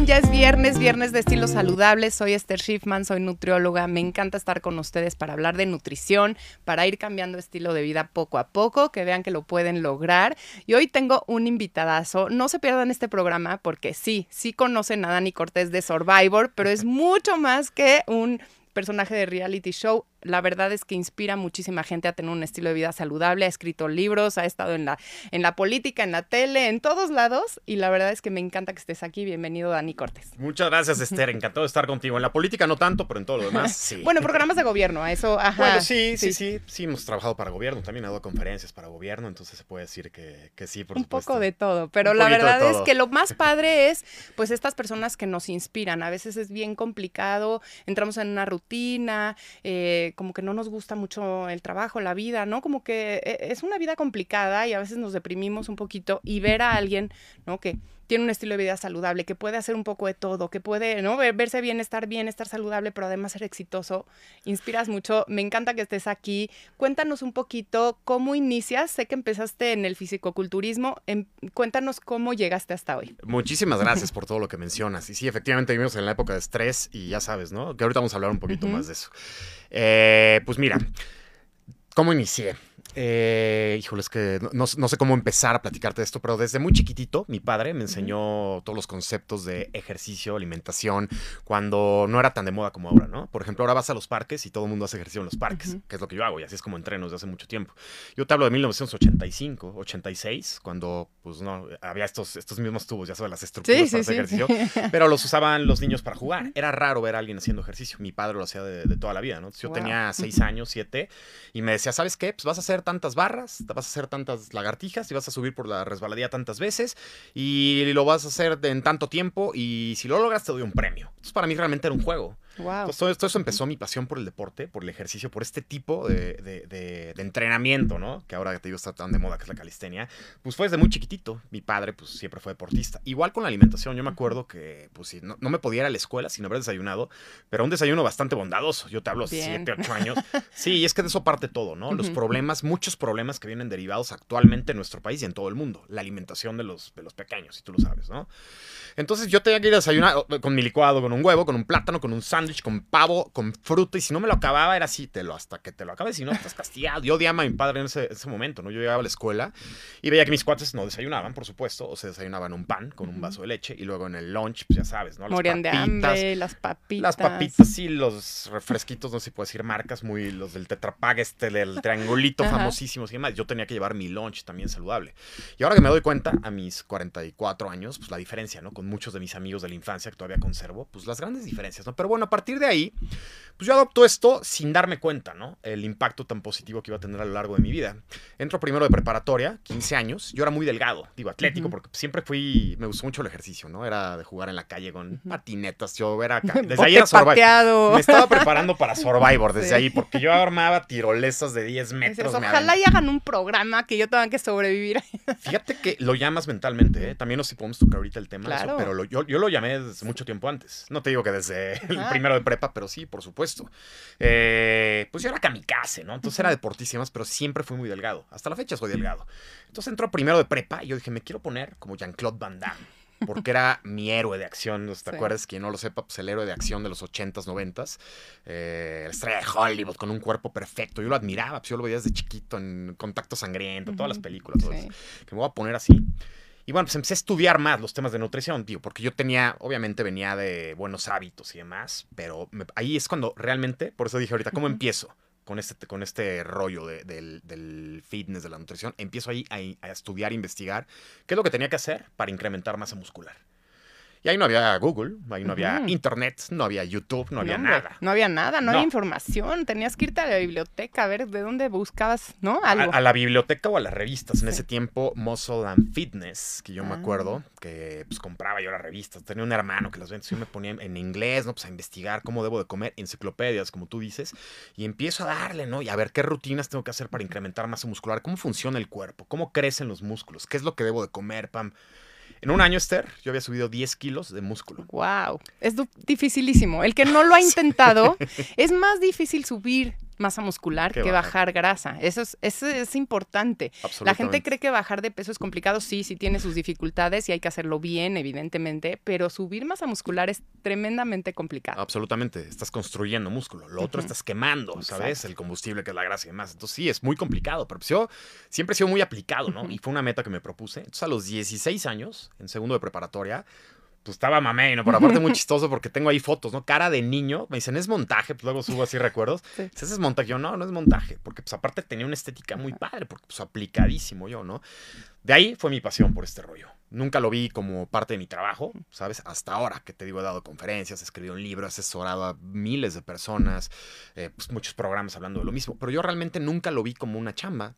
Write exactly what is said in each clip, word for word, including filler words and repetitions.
Ya es viernes, viernes de estilo saludable. Soy Esther Schiffman, soy nutrióloga. Me encanta estar con ustedes para hablar de nutrición, para ir cambiando estilo de vida poco a poco, que vean que lo pueden lograr. Y hoy tengo un invitadazo. No se pierdan este programa porque sí, sí conocen a Dani Cortés de Survivor, pero es mucho más que un personaje de reality show. La verdad es que inspira a muchísima gente a tener un estilo de vida saludable, ha escrito libros, ha estado en la, en la política, en la tele, en todos lados, y la verdad es que me encanta que estés aquí. Bienvenido, Dani Cortés. Muchas gracias, Esther, encantado de estar contigo. En la política no tanto, pero en todo lo demás, sí. Bueno, programas de gobierno, a eso, ajá. Bueno, sí, sí, sí, sí, sí, hemos trabajado para gobierno, también he dado conferencias para gobierno, entonces se puede decir que, que sí, por un supuesto. poco de todo, pero Un la poquito verdad de es todo. que lo más padre es, pues, estas personas que nos inspiran. A veces es bien complicado, entramos en una rutina, eh, como que no nos gusta mucho el trabajo, la vida, ¿no? Como que es una vida complicada y a veces nos deprimimos un poquito, y ver a alguien, ¿no?, que tiene un estilo de vida saludable, que puede hacer un poco de todo, que puede, ¿no?, verse bien, estar bien, estar saludable, pero además ser exitoso. Inspiras mucho. Me encanta que estés aquí. Cuéntanos un poquito cómo inicias. Sé que empezaste en el fisicoculturismo. En, cuéntanos cómo llegaste hasta hoy. Muchísimas gracias por todo lo que mencionas. Y sí, efectivamente vivimos en la época de estrés y ya sabes, ¿no? Que ahorita vamos a hablar un poquito uh-huh. más de eso. Eh, pues mira, ¿cómo inicié? Eh, híjole, es que no, no sé cómo empezar a platicarte de esto, pero desde muy chiquitito mi padre me enseñó uh-huh. todos los conceptos de ejercicio, alimentación, cuando no era tan de moda como ahora, ¿no? Por ejemplo, ahora vas a los parques y todo el mundo hace ejercicio en los parques, uh-huh. que es lo que yo hago, y así es como entreno desde hace mucho tiempo. Yo te hablo de mil novecientos ochenta y cinco, ochenta y seis, cuando pues no había estos, estos mismos tubos, ya sabes, las estructuras sí, para sí, hacer sí. ejercicio, pero los usaban los niños para jugar. Era raro ver a alguien haciendo ejercicio. Mi padre lo hacía de, de toda la vida, ¿no? Entonces, yo wow. tenía seis años, siete, y me decía, ¿sabes qué? Pues vas a hacer tantas barras, vas a hacer tantas lagartijas y vas a subir por la resbaladilla tantas veces y lo vas a hacer en tanto tiempo, y si lo logras te doy un premio. Entonces para mí realmente era un juego. Wow. Entonces todo, todo eso empezó mi pasión por el deporte, por el ejercicio, por este tipo de, de, de, de entrenamiento, ¿no? Que ahora te digo está tan de moda, que es la calistenia. Pues fue desde muy chiquitito. Mi padre pues siempre fue deportista. Igual con la alimentación. Yo me acuerdo que pues sí, no, no me podía ir a la escuela sin haber desayunado, pero un desayuno bastante bondadoso. Yo te hablo siete, ocho años. Sí, y es que de eso parte todo, ¿no? Uh-huh. Los problemas, muchos problemas que vienen derivados actualmente en nuestro país y en todo el mundo. La alimentación de los, de los pequeños, si tú lo sabes, ¿no? Entonces yo tenía que ir a desayunar con mi licuado, con un huevo, con un plátano, con un sándwich, con pavo, con fruta, y si no me lo acababa era así, te lo, hasta que te lo acabes, si no estás castigado. Yo odiaba a mi padre en ese, ese momento, ¿no? Yo llegaba a la escuela y veía que mis cuates no desayunaban, por supuesto, o se desayunaban un pan con un vaso de leche, y luego en el lunch, pues ya sabes, ¿no? Las Morían papitas, de hambre, las papitas. Las papitas, sí, los refresquitos, no sé si puedo decir marcas, muy, los del Tetra Pak, este, del triangulito famosísimos y demás. Yo tenía que llevar mi lunch también saludable. Y ahora que me doy cuenta, a mis cuarenta y cuatro años, pues la diferencia, ¿no? Con muchos de mis amigos de la infancia que todavía conservo, pues las grandes diferencias, ¿no? Pero bueno, a partir de ahí, pues yo adopto esto sin darme cuenta, ¿no? El impacto tan positivo que iba a tener a lo largo de mi vida. Entro primero de preparatoria, quince años. Yo era muy delgado, digo, atlético, uh-huh. porque siempre fui, me gustó mucho el ejercicio, ¿no? Era de jugar en la calle con uh-huh. patinetas. Yo era, desde ahí era Survivor. Me estaba preparando para Survivor desde sí. ahí, porque yo armaba tirolesas de diez metros. Entonces, ojalá y hagan un programa que yo tenga que sobrevivir. Fíjate que lo llamas mentalmente, ¿eh? También no sé si podemos tocar ahorita el tema claro. de eso, pero lo, yo, yo lo llamé desde mucho tiempo antes. No te digo que desde Ajá. el primero de prepa, pero sí, por supuesto. Eh, pues yo era kamikaze, ¿no? Entonces uh-huh. era deportísima, pero siempre fui muy delgado. Hasta la fecha soy delgado. Entonces entró primero de prepa y yo dije, me quiero poner como Jean-Claude Van Damme, porque era mi héroe de acción. ¿Te sí. acuerdas? Quien no lo sepa, pues el héroe de acción de los ochentas, noventas. Eh, la estrella de Hollywood, con un cuerpo perfecto. Yo lo admiraba, pues yo lo veía desde chiquito en Contacto Sangriento, uh-huh. todas las películas. Todas, sí. Que me voy a poner así. Y bueno, pues empecé a estudiar más los temas de nutrición, tío, porque yo tenía, obviamente venía de buenos hábitos y demás, pero me, ahí es cuando realmente, por eso dije ahorita, ¿cómo uh-huh. empiezo con este, con este rollo de, del, del fitness, de la nutrición? Empiezo ahí a, a estudiar, a investigar qué es lo que tenía que hacer para incrementar masa muscular. Y ahí no había Google, ahí no había uh-huh. Internet, no había YouTube, no había no, nada. No había nada, no, no había información. Tenías que irte a la biblioteca a ver de dónde buscabas, ¿no? Algo. A, a la biblioteca o a las revistas. Sí. En ese tiempo, Muscle and Fitness, que yo ah. me acuerdo, que pues compraba yo las revistas. Tenía un hermano que las vendía. Yo me ponía en inglés, ¿no? Pues a investigar cómo debo de comer, enciclopedias, como tú dices. Y empiezo a darle, ¿no? Y a ver qué rutinas tengo que hacer para incrementar masa muscular. ¿Cómo funciona el cuerpo? ¿Cómo crecen los músculos? ¿Qué es lo que debo de comer, Pam? En un año, Esther, yo había subido diez kilos de músculo. ¡Wow! Es dificilísimo. El que no lo ha intentado, es más difícil subir masa muscular que que bajar. bajar grasa. Eso es, eso es importante. La gente cree que bajar de peso es complicado. Sí, sí tiene sus dificultades y hay que hacerlo bien, evidentemente, pero subir masa muscular es tremendamente complicado. Absolutamente. Estás construyendo músculo. Lo otro Ujú. estás quemando, ¿sabes? Exacto. El combustible que es la grasa y demás. Entonces sí, es muy complicado, pero pues yo siempre he sido muy aplicado, ¿no? Ujú. Y fue una meta que me propuse. Entonces a los dieciséis años, en segundo de preparatoria, pues estaba mamey, ¿no? Pero aparte muy chistoso porque tengo ahí fotos, ¿no? Cara de niño. Me dicen, es montaje. Pues luego subo así recuerdos. Sí. Dices, ¿ese es montaje? Yo, no, no es montaje. Porque pues aparte tenía una estética muy padre. Porque pues aplicadísimo yo, ¿no? De ahí fue mi pasión por este rollo. Nunca lo vi como parte de mi trabajo, ¿sabes? Hasta ahora, que te digo, he dado conferencias, he escrito un libro, he asesorado a miles de personas, eh, pues muchos programas hablando de lo mismo. Pero yo realmente nunca lo vi como una chamba.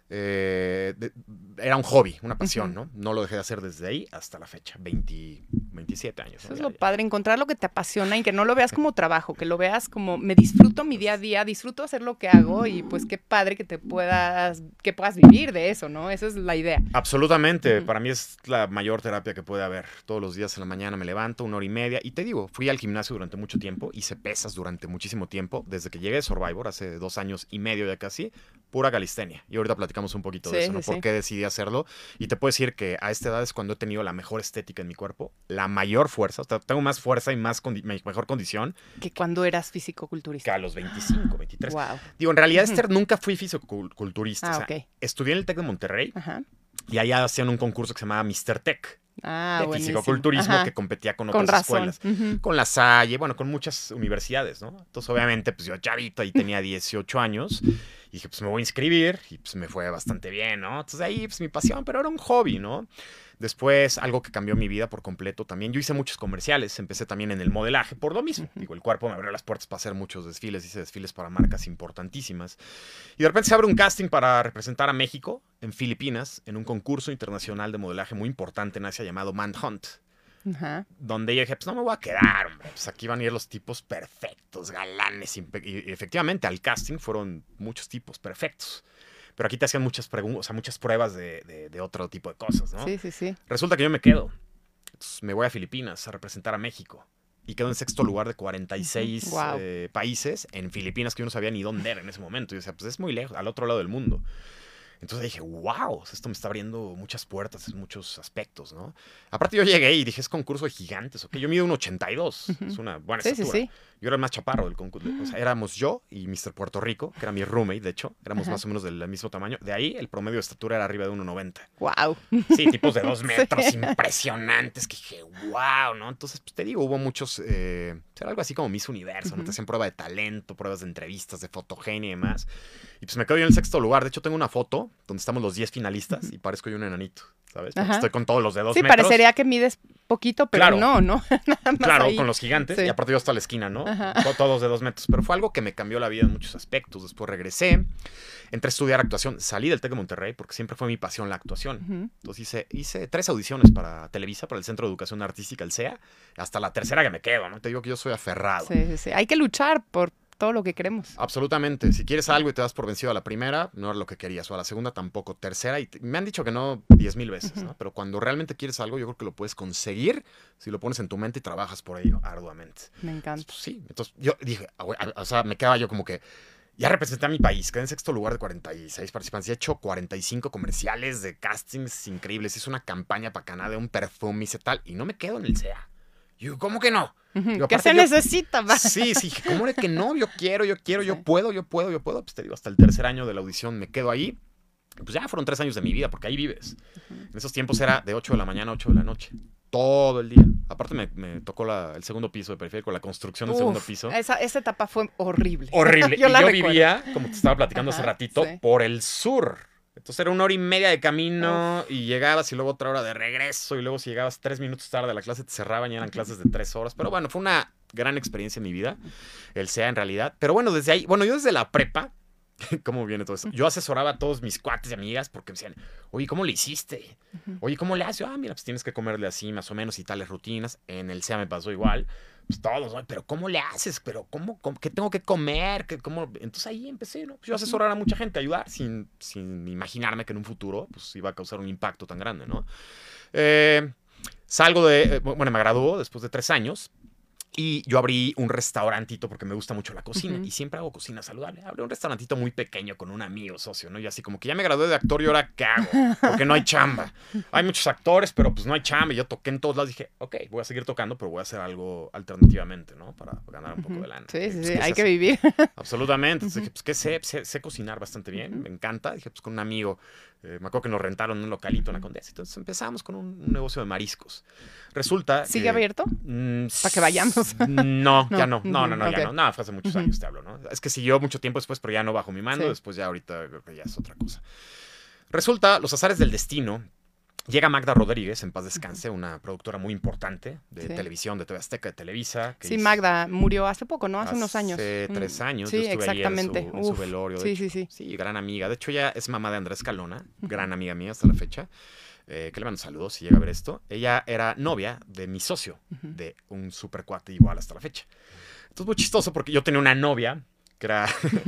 Eh, de, era un hobby, una pasión, Ujú. ¿no? No lo dejé de hacer desde ahí hasta la fecha, veinte, veintisiete años. Eso ¿no? es Ya, lo ya. padre, encontrar lo que te apasiona y que no lo veas como trabajo, que lo veas como me disfruto mi día a día, disfruto hacer lo que hago y pues qué padre que te puedas, que puedas vivir de eso, ¿no? Esa es la idea. Absolutamente, Ujú. para mí es la mayor terapia que puede haber. Todos los días en la mañana me levanto, una hora y media, y te digo, fui al gimnasio durante mucho tiempo, hice pesas durante muchísimo tiempo, desde que llegué de Survivor, hace dos años y medio ya casi, pura calistenia. Y ahorita platicamos un poquito de Sí, eso, ¿no? sí, ¿Por sí. qué decidí hacerlo? Y te puedo decir que a esta edad es cuando he tenido la mejor estética en mi cuerpo, la mayor fuerza, o sea, tengo más fuerza y más condi- me- mejor condición Que cuando eras que fisicoculturista. a los veinticinco, veintitrés. Wow. Digo, en realidad, Ujú. Esther, nunca fui fisiculturista. Ah, O sea, ok. estudié en el TEC de Monterrey Ajá. y allá hacían un concurso que se llamaba míster Tech Ah, de buenísimo. fisicoculturismo Ajá. que competía con Con otras razón. escuelas, Ujú. con la Salle, bueno, con muchas universidades, ¿no? Entonces, obviamente, pues yo chavito y tenía dieciocho años y dije, pues me voy a inscribir y pues me fue bastante bien, ¿no? Entonces ahí, pues mi pasión, pero era un hobby, ¿no? Después, algo que cambió mi vida por completo también. Yo hice muchos comerciales, empecé también en el modelaje por lo mismo. Ujú. Digo, el cuerpo me abrió las puertas para hacer muchos desfiles, hice desfiles para marcas importantísimas. Y de repente se abre un casting para representar a México en Filipinas, en un concurso internacional de modelaje muy importante en Asia llamado Manhunt. Ajá. Donde yo dije, pues no me voy a quedar, hombre. Pues aquí van a ir los tipos perfectos, galanes. impe- Y y efectivamente, al casting fueron muchos tipos perfectos. Pero aquí te hacían muchas preguntas, o sea, muchas pruebas de, de- de otro tipo de cosas, ¿no? Sí, sí, sí. Resulta que yo me quedo. Entonces me voy a Filipinas a representar a México. Y quedo en sexto lugar de cuarenta y seis Wow. eh, países en Filipinas que yo no sabía ni dónde era en ese momento. Y yo decía, pues es muy lejos, al otro lado del mundo. Entonces dije, wow, esto me está abriendo muchas puertas en muchos aspectos, ¿no? Aparte yo llegué y dije, es concurso de gigantes, ¿ok? Yo mido un ochenta y dos, Ujú. es una buena Sí, sí, estatura. sí. Yo era el más chaparro del concurso. O sea, éramos yo y míster Puerto Rico, que era mi roommate, de hecho. Éramos Ajá. más o menos del mismo tamaño. De ahí, el promedio de estatura era arriba de uno noventa. Wow. Sí, tipos de dos metros Sí. impresionantes, que dije, wow, ¿no? Entonces, pues te digo, hubo muchos, eh, era algo así como Miss Universo, ¿no? Ujú. Te hacían prueba de talento, pruebas de entrevistas, de fotogenia y demás. Y pues me quedo yo en el sexto lugar. De hecho, tengo una foto donde estamos los diez finalistas Ujú. y parezco yo un enanito, ¿sabes? Porque Ajá. estoy con todos los de dos Sí, metros. parecería que mides poquito, pero Claro. no, ¿no? Nada más Claro, ahí. con los gigantes. Sí. Y aparte yo hasta la esquina, ¿no? Ajá. To- Todos de dos metros. Pero fue algo que me cambió la vida en muchos aspectos. Después regresé, entré a estudiar actuación. Salí del TEC de Monterrey porque siempre fue mi pasión la actuación. Ujú. Entonces hice, hice tres audiciones para Televisa, para el Centro de Educación Artística, el C E A. Hasta la tercera que me quedo, ¿no? Te digo que yo soy aferrado. Sí, sí, sí. Hay que luchar por todo lo que queremos. Absolutamente. Si quieres algo y te das por vencido a la primera, no era lo que querías. O a la segunda tampoco. Tercera, y te- me han dicho que no diez mil veces, Ujú. ¿no? Pero cuando realmente quieres algo, yo creo que lo puedes conseguir si lo pones en tu mente y trabajas por ello arduamente. Me encanta. Pues, sí. Entonces yo dije, ah, güey, ah, o sea, me quedaba yo como que ya representé a mi país, quedé en sexto lugar de cuarenta y seis participantes. He hecho cuarenta y cinco comerciales de castings increíbles. Hice una campaña para Canadá de un perfume, hice tal, y no me quedo en el C E A. Y yo, ¿cómo que no? Ujú. Digo, ¿Qué aparte se yo- necesita? Va? Sí, sí, dije, ¿cómo de que no? Yo quiero, yo quiero, yo Sí. puedo, yo puedo, yo puedo. Pues te digo, hasta el tercer año de la audición me quedo ahí. Y pues ya fueron tres años de mi vida, porque ahí vives. Ujú. En esos tiempos era de ocho de la mañana a ocho de la noche. Todo el día. Aparte me, me tocó la- el segundo piso de periférico, la construcción del segundo Uf, piso. Esa, esa etapa fue horrible. Horrible. Yo y la yo recuerdo. vivía, como te estaba platicando hace Ajá, ratito, sí. por el sur. Entonces era una hora y media de camino y llegabas y luego otra hora de regreso y luego si llegabas tres minutos tarde a la clase te cerraban y eran clases de tres horas. Pero bueno, fue una gran experiencia en mi vida, el C E A en realidad. Pero bueno, desde ahí, bueno, yo desde la prepa, ¿cómo viene todo esto? Yo asesoraba a todos mis cuates y amigas porque me decían, oye, ¿cómo le hiciste? Ujú. Oye, ¿cómo le haces? Yo, ah, mira, pues tienes que comerle así más o menos y tales rutinas. En el C E A me pasó igual. Pues todos, ¿no? Pero ¿cómo le haces? ¿Pero cómo, cómo- qué tengo que comer? ¿Qué, cómo? Entonces ahí empecé, ¿no? Pues yo a asesorar a mucha gente, a ayudar, sin, sin imaginarme que en un futuro pues iba a causar un impacto tan grande, ¿no? Eh, salgo de, eh, bueno, me graduó después de tres años Y yo abrí un restaurantito porque me gusta mucho la cocina Uh-huh. y siempre hago cocina saludable. Abrí un restaurantito muy pequeño con un amigo socio, ¿no? Y así como que ya me gradué de actor y ahora ¿qué hago? Porque no hay chamba. Hay muchos actores, pero pues no hay chamba. Y yo toqué en todos lados. Dije, ok, voy a seguir tocando, pero voy a hacer algo alternativamente, ¿no? Para ganar un poco Uh-huh. de lana. Sí, Y, sí, pues, sí, ¿qué hay sé que hacer? vivir. Absolutamente. Entonces Uh-huh. dije, pues ¿qué sé? sé? Sé cocinar bastante bien, Uh-huh. me encanta. Dije, pues con un amigo, eh, me acuerdo que nos rentaron un localito en la Condesa. Entonces empezamos con un, un negocio de mariscos. Resulta ¿Sigue que... abierto? Mm, Para que vayamos. No, ya No. no. No, no, no, Uh-huh. ya Ok. no. No, fue hace muchos Uh-huh. años te hablo, ¿no? Es que siguió mucho tiempo después, pero ya no bajo mi mando. Sí. Después ya ahorita creo que ya es otra cosa. Resulta, los azares del destino. Llega Magda Rodríguez, en paz descanse, una productora muy importante de Sí. televisión, de T V Azteca, de Televisa. Que Sí, hizo- Magda murió hace poco, ¿no? Hace, Hace unos años. tres Mm, años. Sí, Yo estuve ahí en su, exactamente. en su Uf, velorio, de sí, hecho. sí, sí. Sí, gran amiga. De hecho, ella es mamá de Andrés Calona, gran amiga mía hasta la fecha. Eh, que le mando saludos si llega a ver esto. Ella era novia de mi socio, Ujú. de un super cuate igual hasta la fecha. Entonces, muy chistoso porque yo tenía una novia que era,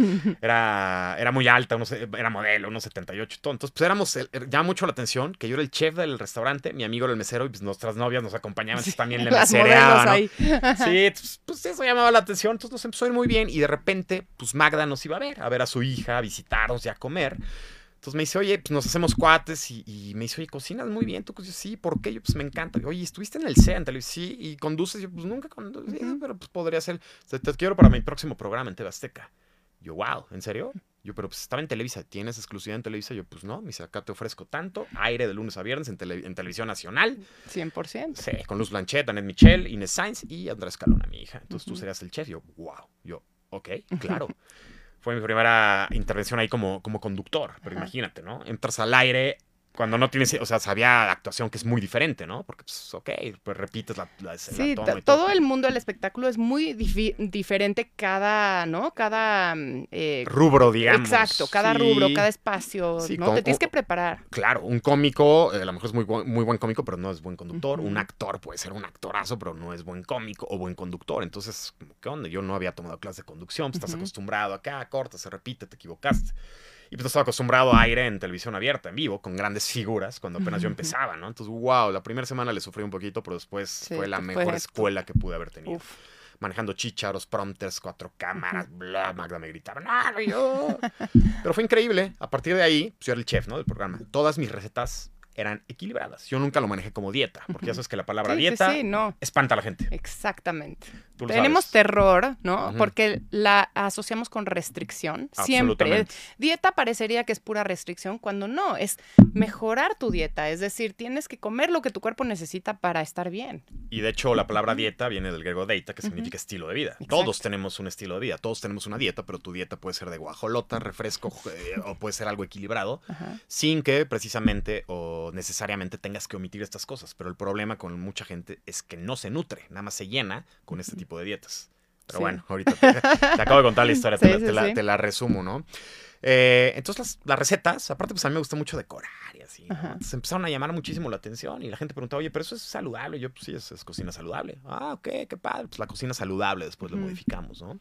era, era muy alta, unos, era modelo, unos setenta y ocho y todo. Entonces, pues éramos, el- llama mucho la atención que yo era el chef del restaurante, mi amigo era el mesero y pues nuestras novias nos acompañaban, entonces también le Las mesereaba, modelos ¿no? ahí. Sí, pues, pues eso llamaba la atención, entonces nos empezó a ir muy bien y de repente, pues Magda nos iba a ver, a ver a su hija, a visitarnos y a comer. Entonces me dice, oye, pues nos hacemos cuates y, y me dice, oye, cocinas muy bien. Tú, pues, yo, sí, ¿por qué? Yo, pues me encanta. Oye, ¿estuviste en el C E A en televisión? Sí, y conduces. Yo, pues nunca conducí, Ujú. pero pues podría ser. Te, te quiero para mi próximo programa en T V Azteca. Yo, wow, ¿en serio? Yo, pero pues estaba en Televisa. ¿Tienes exclusividad en Televisa? Yo, pues no. Me dice, acá te ofrezco tanto. Aire de lunes a viernes en, tele- en Televisión Nacional. cien por ciento. Sí, con Luz Blanchet, Annette Michel, Inés Sainz y Andrés Calona, mi hija. Entonces tú Ujú. serías el chef. Yo, wow. Yo, ok, claro. Fue mi primera intervención ahí como, como conductor, pero Ajá. imagínate, ¿no? Entras al aire cuando no tienes, o sea, sabía actuación que es muy diferente, ¿no? Porque, pues, ok, pues repites la, la, la Sí, toma to- y todo. todo el mundo del espectáculo es muy difi- diferente cada, ¿no? Cada... mm, eh, Rubro, digamos. exacto, cada Sí. rubro, cada espacio, Sí, ¿no? con- Te tienes que o- preparar. Claro, un cómico, eh, a lo mejor es muy, bu- muy buen cómico, pero no es buen conductor. Ujú. Un actor puede ser un actorazo, pero no es buen cómico o buen conductor. Entonces, como, ¿qué onda? Yo no había tomado clase de conducción, pues, estás Ujú. acostumbrado acá, corta, se repite, te equivocaste. Y pues estaba acostumbrado a aire en televisión abierta, en vivo, con grandes figuras, cuando apenas yo Ujú. empezaba, ¿no? Entonces, wow, la primera semana le sufrí un poquito, pero después Sí, fue la después mejor esto. escuela que pude haber tenido. Uf. Manejando chícharos, prompters, cuatro cámaras, bla, Magda me gritaba, no, no, yo. Pero fue increíble. A partir de ahí, pues yo era el chef, ¿no? Del programa. Todas mis recetas eran equilibradas. Yo nunca lo manejé como dieta, porque ya sabes que la palabra Sí, sí, dieta sí, no. espanta a la gente. Exactamente. Tú lo Tenemos sabes. terror, ¿no? Ujú. Porque la asociamos con restricción. Siempre. Absolutamente. Dieta parecería que es pura restricción, cuando no, es mejorar tu dieta. Es decir, tienes que comer lo que tu cuerpo necesita para estar bien. Y de hecho, la palabra Ujú. dieta viene del griego deita, que Ujú. significa estilo de vida. Exacto. Todos tenemos un estilo de vida, todos tenemos una dieta, pero tu dieta puede ser de guajolota, refresco, eh, o puede ser algo equilibrado, Ajá. sin que precisamente o necesariamente tengas que omitir estas cosas. Pero el problema con mucha gente es que no se nutre, nada más se llena con este tipo de dietas. Pero Sí. bueno, ahorita te, te acabo de contar la historia, te, Sí, la, sí, te la- sí. te la resumo, ¿no? Eh, entonces las, las recetas, aparte pues a mí me gusta mucho decorar y así, ¿no? Ajá. Entonces empezaron a llamar muchísimo la atención y la gente preguntaba, oye, pero eso es saludable. Y yo, pues sí, es, es cocina saludable. Ah, ok, qué padre. Pues la cocina saludable después lo Ujú. modificamos, ¿no?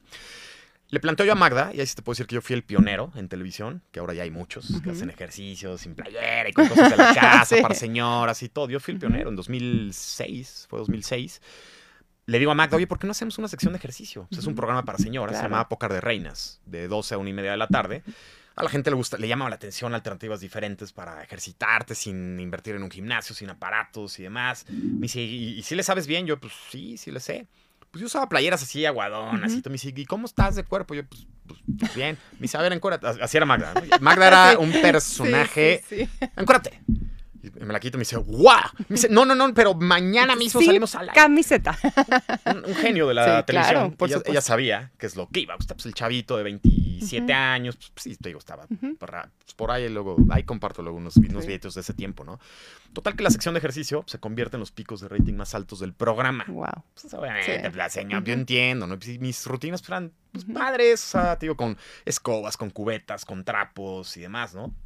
Le planteo yo a Magda, y ahí sí te puedo decir que yo fui el pionero en televisión, que ahora ya hay muchos que Ujú. hacen ejercicios sin playera y con cosas de la casa Sí. para señoras y todo. Yo fui el Ujú. pionero en dos mil seis, fue dos mil seis. Le digo a Magda, oye, ¿por qué no hacemos una sección de ejercicio? Pues es un Ujú. programa para señoras, se Claro. llamaba Pócar de Reinas, de doce a una y media de la tarde. A la gente le gusta, le llama la atención alternativas diferentes para ejercitarte sin invertir en un gimnasio, sin aparatos y demás. Me dice, ¿y, y si le sabes bien? Yo, pues sí, sí le sé. Pues yo usaba playeras así, aguadonas Ujú. y todo. Me dice, ¿y cómo estás de cuerpo? Yo, pues, pues, pues, bien. Me dice, a ver, encuérdate. Así era Magda, ¿no? Magda era Sí. un personaje. Sí, sí, sí. Encuérdate. Y me la quito y me dice, ¡guau! Me dice, no, no, no, pero mañana mismo Sin salimos al aire. camiseta. Un, un genio de la Sí, televisión. claro, por ella, supuesto. ella sabía qué es lo que iba. Usted, pues el chavito de veintisiete Ujú. años, pues sí, te digo, estaba Ujú. por, pues, por ahí, luego, ahí comparto luego unos, unos Sí. videitos de ese tiempo, ¿no? Total que la sección de ejercicio se convierte en los picos de rating más altos del programa. Wow. Pues, obviamente, Sí. la señora, yo Ujú. entiendo, ¿no? Pues, mis rutinas pues, eran pues, Ujú. padres, o sea, te digo, con escobas, con cubetas, con trapos y demás, ¿no?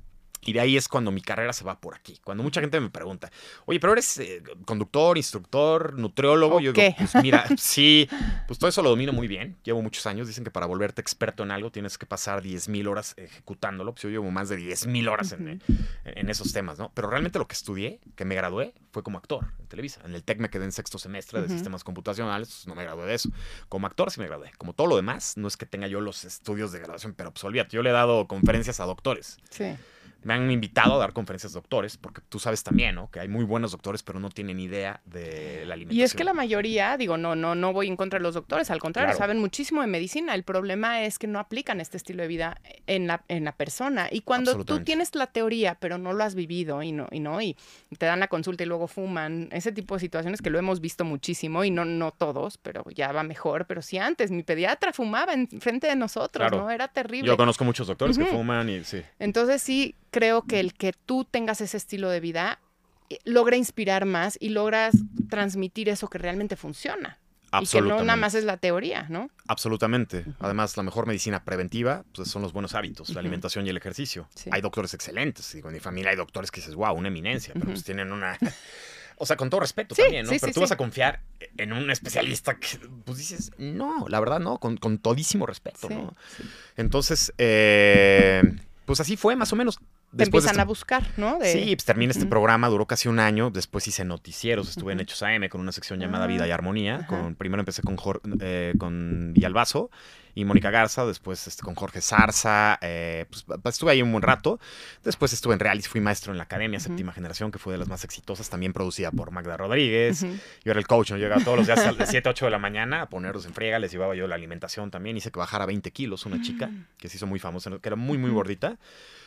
Y de ahí es cuando mi carrera se va por aquí. Cuando mucha gente me pregunta, oye, pero eres eh, conductor, instructor, nutriólogo. Yo digo, pues mira, sí, pues todo eso lo domino muy bien. Llevo muchos años. Dicen que para volverte experto en algo tienes que pasar diez mil horas ejecutándolo. Pues yo llevo más de diez mil horas uh-huh. en, en esos temas, ¿no? Pero realmente lo que estudié, que me gradué, fue como actor en Televisa. En el TEC me quedé en sexto semestre de uh-huh. sistemas computacionales, pues no me gradué de eso. Como actor sí me gradué. Como todo lo demás, no es que tenga yo los estudios de graduación, pero pues olvídate, yo le he dado conferencias a doctores. Sí. Me han invitado a dar conferencias de doctores, porque tú sabes también, ¿no? Que hay muy buenos doctores, pero no tienen idea de la alimentación. Y es que la mayoría, digo, no, no, no voy en contra de los doctores, al contrario, Claro. saben muchísimo de medicina. El problema es que no aplican este estilo de vida en la, en la persona. Y cuando tú tienes la teoría, pero no lo has vivido y no, y no, y te dan la consulta y luego fuman, ese tipo de situaciones que lo hemos visto muchísimo, y no, no todos, pero ya va mejor. Pero sí antes, mi pediatra fumaba en frente de nosotros, Claro. ¿no? Era terrible. Yo conozco muchos doctores uh-huh. que fuman y sí. Entonces sí, creo que el que tú tengas ese estilo de vida logra inspirar más y logras transmitir eso que realmente funciona. Y que no nada más es la teoría, ¿no? Absolutamente. Uh-huh. Además, la mejor medicina preventiva pues, son los buenos hábitos, uh-huh. la alimentación y el ejercicio. Sí. Hay doctores excelentes. Digo, en mi familia hay doctores que dices, wow, una eminencia, uh-huh. pero pues tienen una... O sea, con todo respeto sí, también, ¿no? Sí, pero sí, tú sí. vas a confiar en un especialista que, pues dices, no, la verdad no, con, con todísimo respeto, sí, ¿no? Sí. Entonces, eh, pues así fue más o menos. Te empiezan este, a buscar, ¿no? De... Sí, pues terminé uh-huh. este programa, duró casi un año, después hice noticieros, estuve uh-huh. en Hechos A M con una sección llamada uh-huh. Vida y Armonía, uh-huh. con, primero empecé con, Jorge, eh, con Villalbazo y Mónica Garza, después este, con Jorge Zarza, eh, pues estuve ahí un buen rato, después estuve en Realis, fui maestro en la Academia, uh-huh. Séptima Generación, que fue de las más exitosas, también producida por Magda Rodríguez, uh-huh. yo era el coach, ¿no? Llegaba todos los días de siete a ocho de la mañana a ponerlos en friega, les llevaba yo la alimentación también, hice que bajara veinte kilos, una uh-huh. chica que se hizo muy famosa, que era muy, muy gordita,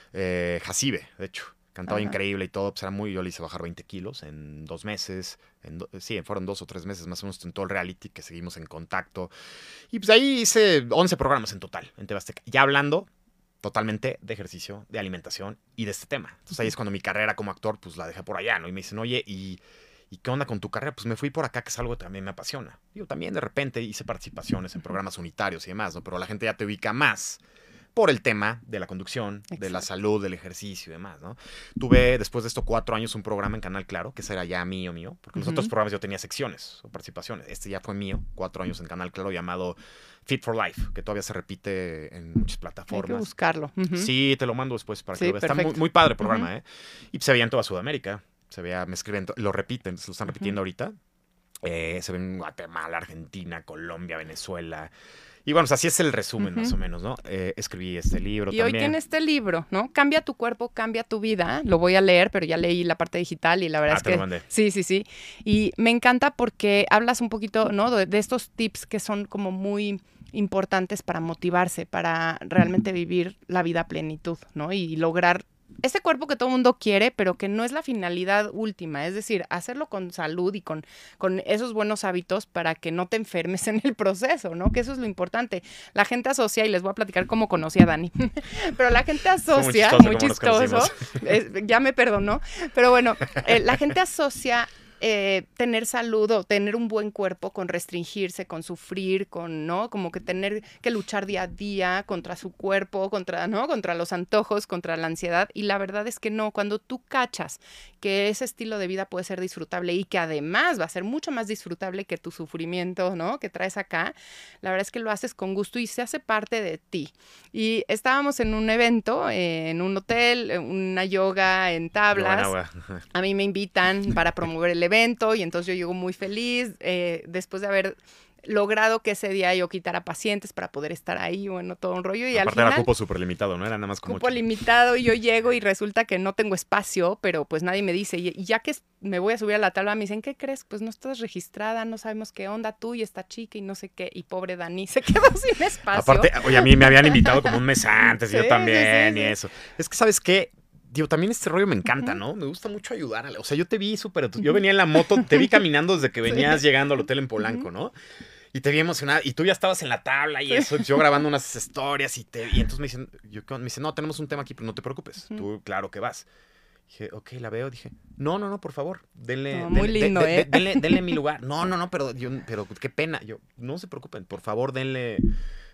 eh, Jacibe, de hecho. Cantaba Ajá. increíble y todo, pues era muy, yo le hice bajar veinte kilos en dos meses, en do, sí, fueron dos o tres meses más o menos en todo el reality, que seguimos en contacto. Y pues ahí hice once programas en total, en T V Azteca, ya hablando totalmente de ejercicio, de alimentación y de este tema. Entonces ahí es cuando mi carrera como actor, pues la dejé por allá, ¿no? Y me dicen, oye, ¿y, ¿y qué onda con tu carrera? Pues me fui por acá, que es algo que también me apasiona. Digo, también de repente hice participaciones en programas unitarios y demás, ¿no? Pero la gente ya te ubica más por el tema de la conducción, Exacto. de la salud, del ejercicio y demás, ¿no? Tuve, después de esto, cuatro años un programa en Canal Claro, que ese era ya mío, mío, porque uh-huh. los otros programas yo tenía secciones o participaciones. Este ya fue mío, cuatro años en Canal Claro, llamado Fit for Life, que todavía se repite en muchas plataformas. Hay que buscarlo. Uh-huh. Sí, te lo mando después para que sí, lo veas. Está muy, muy padre el programa, uh-huh. ¿eh? Y se veía en toda Sudamérica, se veía, me escriben, lo repiten, se lo están repitiendo uh-huh. ahorita. Eh, se ven en Guatemala, Argentina, Colombia, Venezuela. Y bueno, pues así es el resumen, uh-huh. más o menos, ¿no? Eh, escribí este libro y también. Y hoy tiene este libro, ¿no? Cambia tu cuerpo, cambia tu vida. Lo voy a leer, pero ya leí la parte digital y la verdad ah, es te que... lo mandé. Sí, sí, sí. Y me encanta porque hablas un poquito, ¿no? De, de estos tips que son como muy importantes para motivarse, para realmente vivir la vida a plenitud, ¿no? Y lograr ese cuerpo que todo el mundo quiere, pero que no es la finalidad última, es decir, hacerlo con salud y con, con esos buenos hábitos para que no te enfermes en el proceso, ¿no? Que eso es lo importante. La gente asocia, y les voy a platicar cómo conocí a Dani, pero la gente asocia, muy chistoso, muy chistoso es, ya me perdonó, pero bueno, eh, la gente asocia Eh, tener salud o tener un buen cuerpo con restringirse, con sufrir, con, ¿no? Como que tener que luchar día a día contra su cuerpo, contra, ¿no? Contra los antojos, contra la ansiedad. Y la verdad es que no, cuando tú cachas que ese estilo de vida puede ser disfrutable y que además va a ser mucho más disfrutable que tu sufrimiento, ¿no? Que traes acá, la verdad es que lo haces con gusto y se hace parte de ti. Y estábamos en un evento, eh, en un hotel, una yoga en tablas. A mí me invitan para promover el evento y entonces yo llego muy feliz eh, después de haber logrado que ese día yo quitara pacientes para poder estar ahí, bueno, todo un rollo. Y aparte al final, era cupo súper limitado, ¿no? Era nada más como cupo ocho. limitado y yo llego y resulta que no tengo espacio, pero pues nadie me dice. Y, y ya que me voy a subir a la tabla, me dicen, ¿qué crees? Pues no estás registrada, no sabemos qué onda tú y esta chica y no sé qué. Y pobre Dani se quedó sin espacio. Aparte, oye, a mí me habían invitado como un mes antes, sí, y yo también, sí, sí, y sí. eso. Es que, ¿sabes qué? Digo, también este rollo me encanta, uh-huh. ¿no? Me gusta mucho ayudar. A la... O sea, yo te vi súper... Yo venía en la moto, te vi caminando desde que venías sí. llegando al hotel en Polanco, uh-huh. ¿no? Y te vi emocionada. Y tú ya estabas en la tabla y sí. eso. Yo grabando unas historias y te... Y entonces me dicen... Yo, me dicen, no, tenemos un tema aquí, pero no te preocupes. Uh-huh. Tú, claro que vas. Dije, ok, la veo. Dije, no, no, no, por favor. Denle... No, muy denle, lindo, de, de, ¿eh? De, denle, denle mi lugar. No, no, no, pero, yo, pero qué pena. Yo, no se preocupen. Por favor, denle...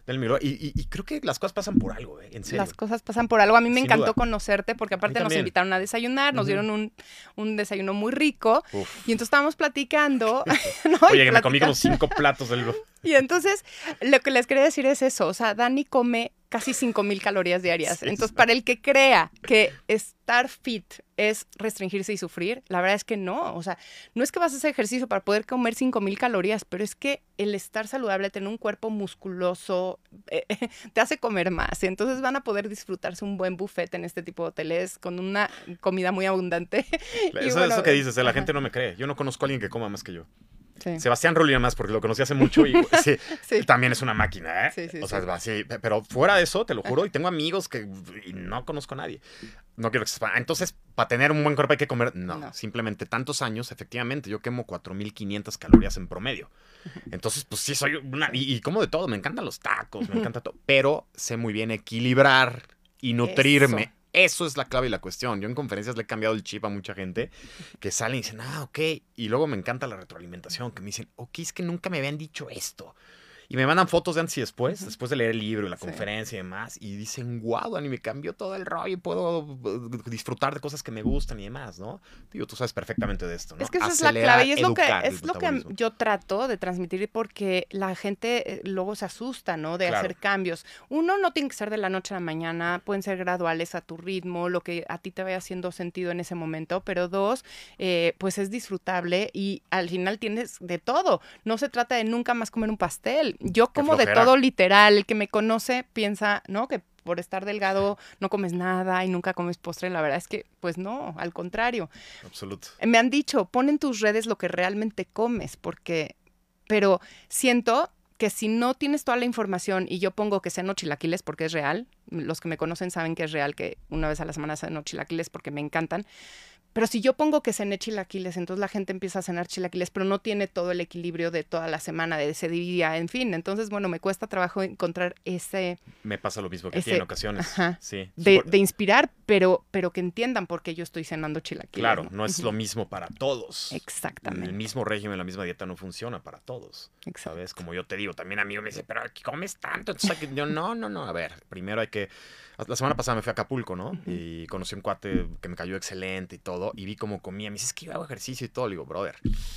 denle mi lugar. Y, y, y creo que las cosas pasan por algo, ¿eh? En serio. Las cosas pasan por algo. A mí me Sin encantó duda. conocerte porque aparte nos invitaron a desayunar, nos uh-huh. dieron un, un desayuno muy rico. Uf. Y entonces estábamos platicando. ¿no? Oye, que platica... me comí como cinco platos del... Y entonces lo que les quería decir es eso. O sea, Dani come casi cinco mil calorías diarias. Sí, entonces, para el que crea que estar fit es restringirse y sufrir, la verdad es que no. O sea, no es que vas a hacer ejercicio para poder comer cinco mil calorías, pero es que el estar saludable, tener un cuerpo musculoso, eh, te hace comer más. Y entonces van a poder disfrutarse un buen buffet en este tipo de hoteles con una comida muy abundante. Eso es bueno, eso que dices, eh, la gente no me cree. Yo no conozco a alguien que coma más que yo. Sí. Sebastián Rulli más, porque lo conocí hace mucho y sí, sí. también es una máquina, ¿eh? Sí, sí, o sea, sí. sí. Pero fuera de eso, te lo juro, y tengo amigos que y no conozco a nadie. No quiero que se... Entonces, para tener un buen cuerpo hay que comer... No, no. Simplemente tantos años, efectivamente, yo quemo cuatro mil quinientas calorías en promedio. Entonces, pues sí, soy una... Y, y como de todo, me encantan los tacos, me encanta todo. Pero sé muy bien equilibrar y nutrirme. Eso. Eso es la clave y la cuestión. Yo en conferencias le he cambiado el chip a mucha gente que salen y dicen, ah, ok. Y luego me encanta la retroalimentación, que me dicen, ok, es que nunca me habían dicho esto. Y me mandan fotos de antes y después, uh-huh. después de leer el libro y la sí. conferencia y demás. Y dicen, wow, Dani, me cambió todo el rollo y puedo disfrutar de cosas que me gustan y demás, ¿no? Digo, tú sabes perfectamente de esto, ¿no? Es que esa Acelerar, es la clave y es lo que, es lo que yo trato de transmitir porque la gente luego se asusta, ¿no? De claro. hacer cambios. Uno, no tiene que ser de la noche a la mañana, pueden ser graduales a tu ritmo, lo que a ti te vaya haciendo sentido en ese momento. Pero dos, eh, pues es disfrutable y al final tienes de todo. No se trata de nunca más comer un pastel. Yo como de todo literal, el que me conoce piensa, ¿no? Que por estar delgado no comes nada y nunca comes postre. La verdad es que, pues no, al contrario. Absoluto. Me han dicho, pon en tus redes lo que realmente comes, porque, pero siento que si no tienes toda la información y yo pongo que ceno chilaquiles porque es real, los que me conocen saben que es real, que una vez a la semana ceno chilaquiles porque me encantan. Pero si yo pongo que cené chilaquiles, entonces la gente empieza a cenar chilaquiles, pero no tiene todo el equilibrio de toda la semana, de ese día, en fin. Entonces, bueno, me cuesta trabajo encontrar ese... Me pasa lo mismo que ese, a ti en ocasiones. Ajá, sí. De, de inspirar, pero, pero que entiendan por qué yo estoy cenando chilaquiles. Claro, no, no es uh-huh. lo mismo para todos. Exactamente. El mismo régimen, la misma dieta no funciona para todos. Exacto. ¿Sabes? Como yo te digo, también a mí me dice, pero comes tanto. Entonces, yo, no, no, no. A ver, primero hay que... La semana pasada me fui a Acapulco, ¿no? Uh-huh. Y conocí un cuate que me cayó excelente y todo. Y vi cómo comía. Me dice, es que yo hago ejercicio y todo. Le digo, brother,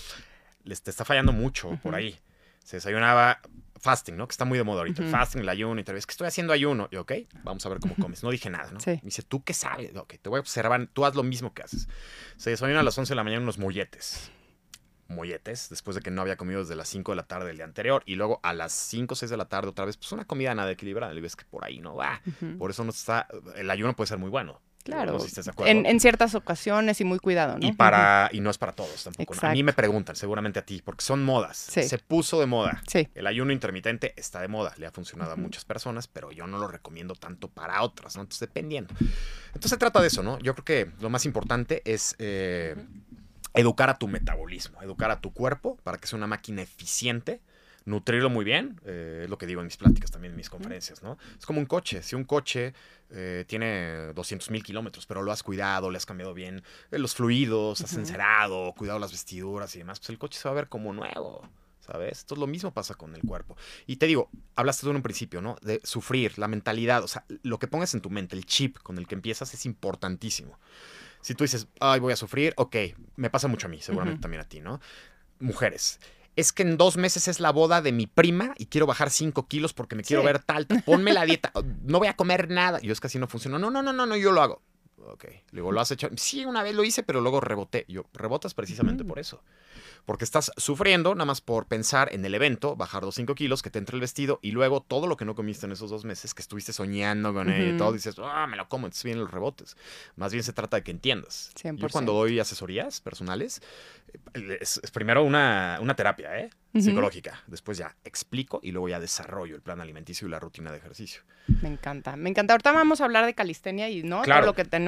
les te está fallando mucho uh-huh. por ahí. Se desayunaba fasting, ¿no? Que está muy de moda ahorita. Uh-huh. El fasting, el ayuno y tal vez. Es que estoy haciendo ayuno. Y ok, vamos a ver cómo comes. No dije nada, ¿no? Sí. Me dice, ¿tú qué sabes? Ok, te voy a observar. Tú haz lo mismo que haces. Se desayuna a las once de la mañana unos molletes. molletes, después de que no había comido desde las cinco de la tarde del día anterior, y luego a las cinco o seis de la tarde otra vez, pues una comida nada equilibrada, y ves que por ahí no va. Uh-huh. Por eso no está, el ayuno puede ser muy bueno. Claro, no sé si estás de acuerdo. En, en ciertas ocasiones y muy cuidado, ¿no? Y, para, uh-huh. y no es para todos tampoco. ¿No? A mí me preguntan, seguramente a ti, porque son modas. Sí. Se puso de moda. Sí. El ayuno intermitente está de moda, le ha funcionado uh-huh. a muchas personas, pero yo no lo recomiendo tanto para otras, ¿no? Entonces, dependiendo. Entonces, se trata de eso, ¿no? Yo creo que lo más importante es... Eh, uh-huh. educar a tu metabolismo, educar a tu cuerpo para que sea una máquina eficiente, nutrirlo muy bien, eh, es lo que digo en mis pláticas también, en mis conferencias, ¿no? Es como un coche, si un coche eh, tiene doscientos mil kilómetros, pero lo has cuidado, le has cambiado bien eh, los fluidos, uh-huh. has encerado, cuidado las vestiduras y demás, pues el coche se va a ver como nuevo, ¿sabes? Entonces lo mismo pasa con el cuerpo. Y te digo, hablaste tú en un principio, ¿no? De sufrir, la mentalidad, o sea, lo que pongas en tu mente, el chip con el que empiezas es importantísimo. Si tú dices, ay, voy a sufrir, ok, me pasa mucho a mí, seguramente uh-huh. también a ti, ¿no? Mujeres, es que en dos meses es la boda de mi prima y quiero bajar cinco kilos porque me sí. quiero ver tal, ponme la dieta, no voy a comer nada. Y yo, es que así no funciona. No, no, no, no, no, yo lo hago. Ok, luego lo has hecho. Sí, una vez lo hice, pero luego reboté. Yo, rebotas precisamente uh-huh. por eso. Porque estás sufriendo nada más por pensar en el evento, bajar los cinco kilos, que te entre el vestido y luego todo lo que no comiste en esos dos meses, que estuviste soñando con uh-huh. él y todo, dices, ah, me lo como, entonces vienen los rebotes. Más bien se trata de que entiendas. cien por ciento. Yo cuando doy asesorías personales, es, es primero una, una terapia, ¿eh? Uh-huh. Psicológica. Después ya explico y luego ya desarrollo el plan alimenticio y la rutina de ejercicio. Me encanta, me encanta. Ahorita vamos a hablar de calistenia y no claro. todo lo que tenemos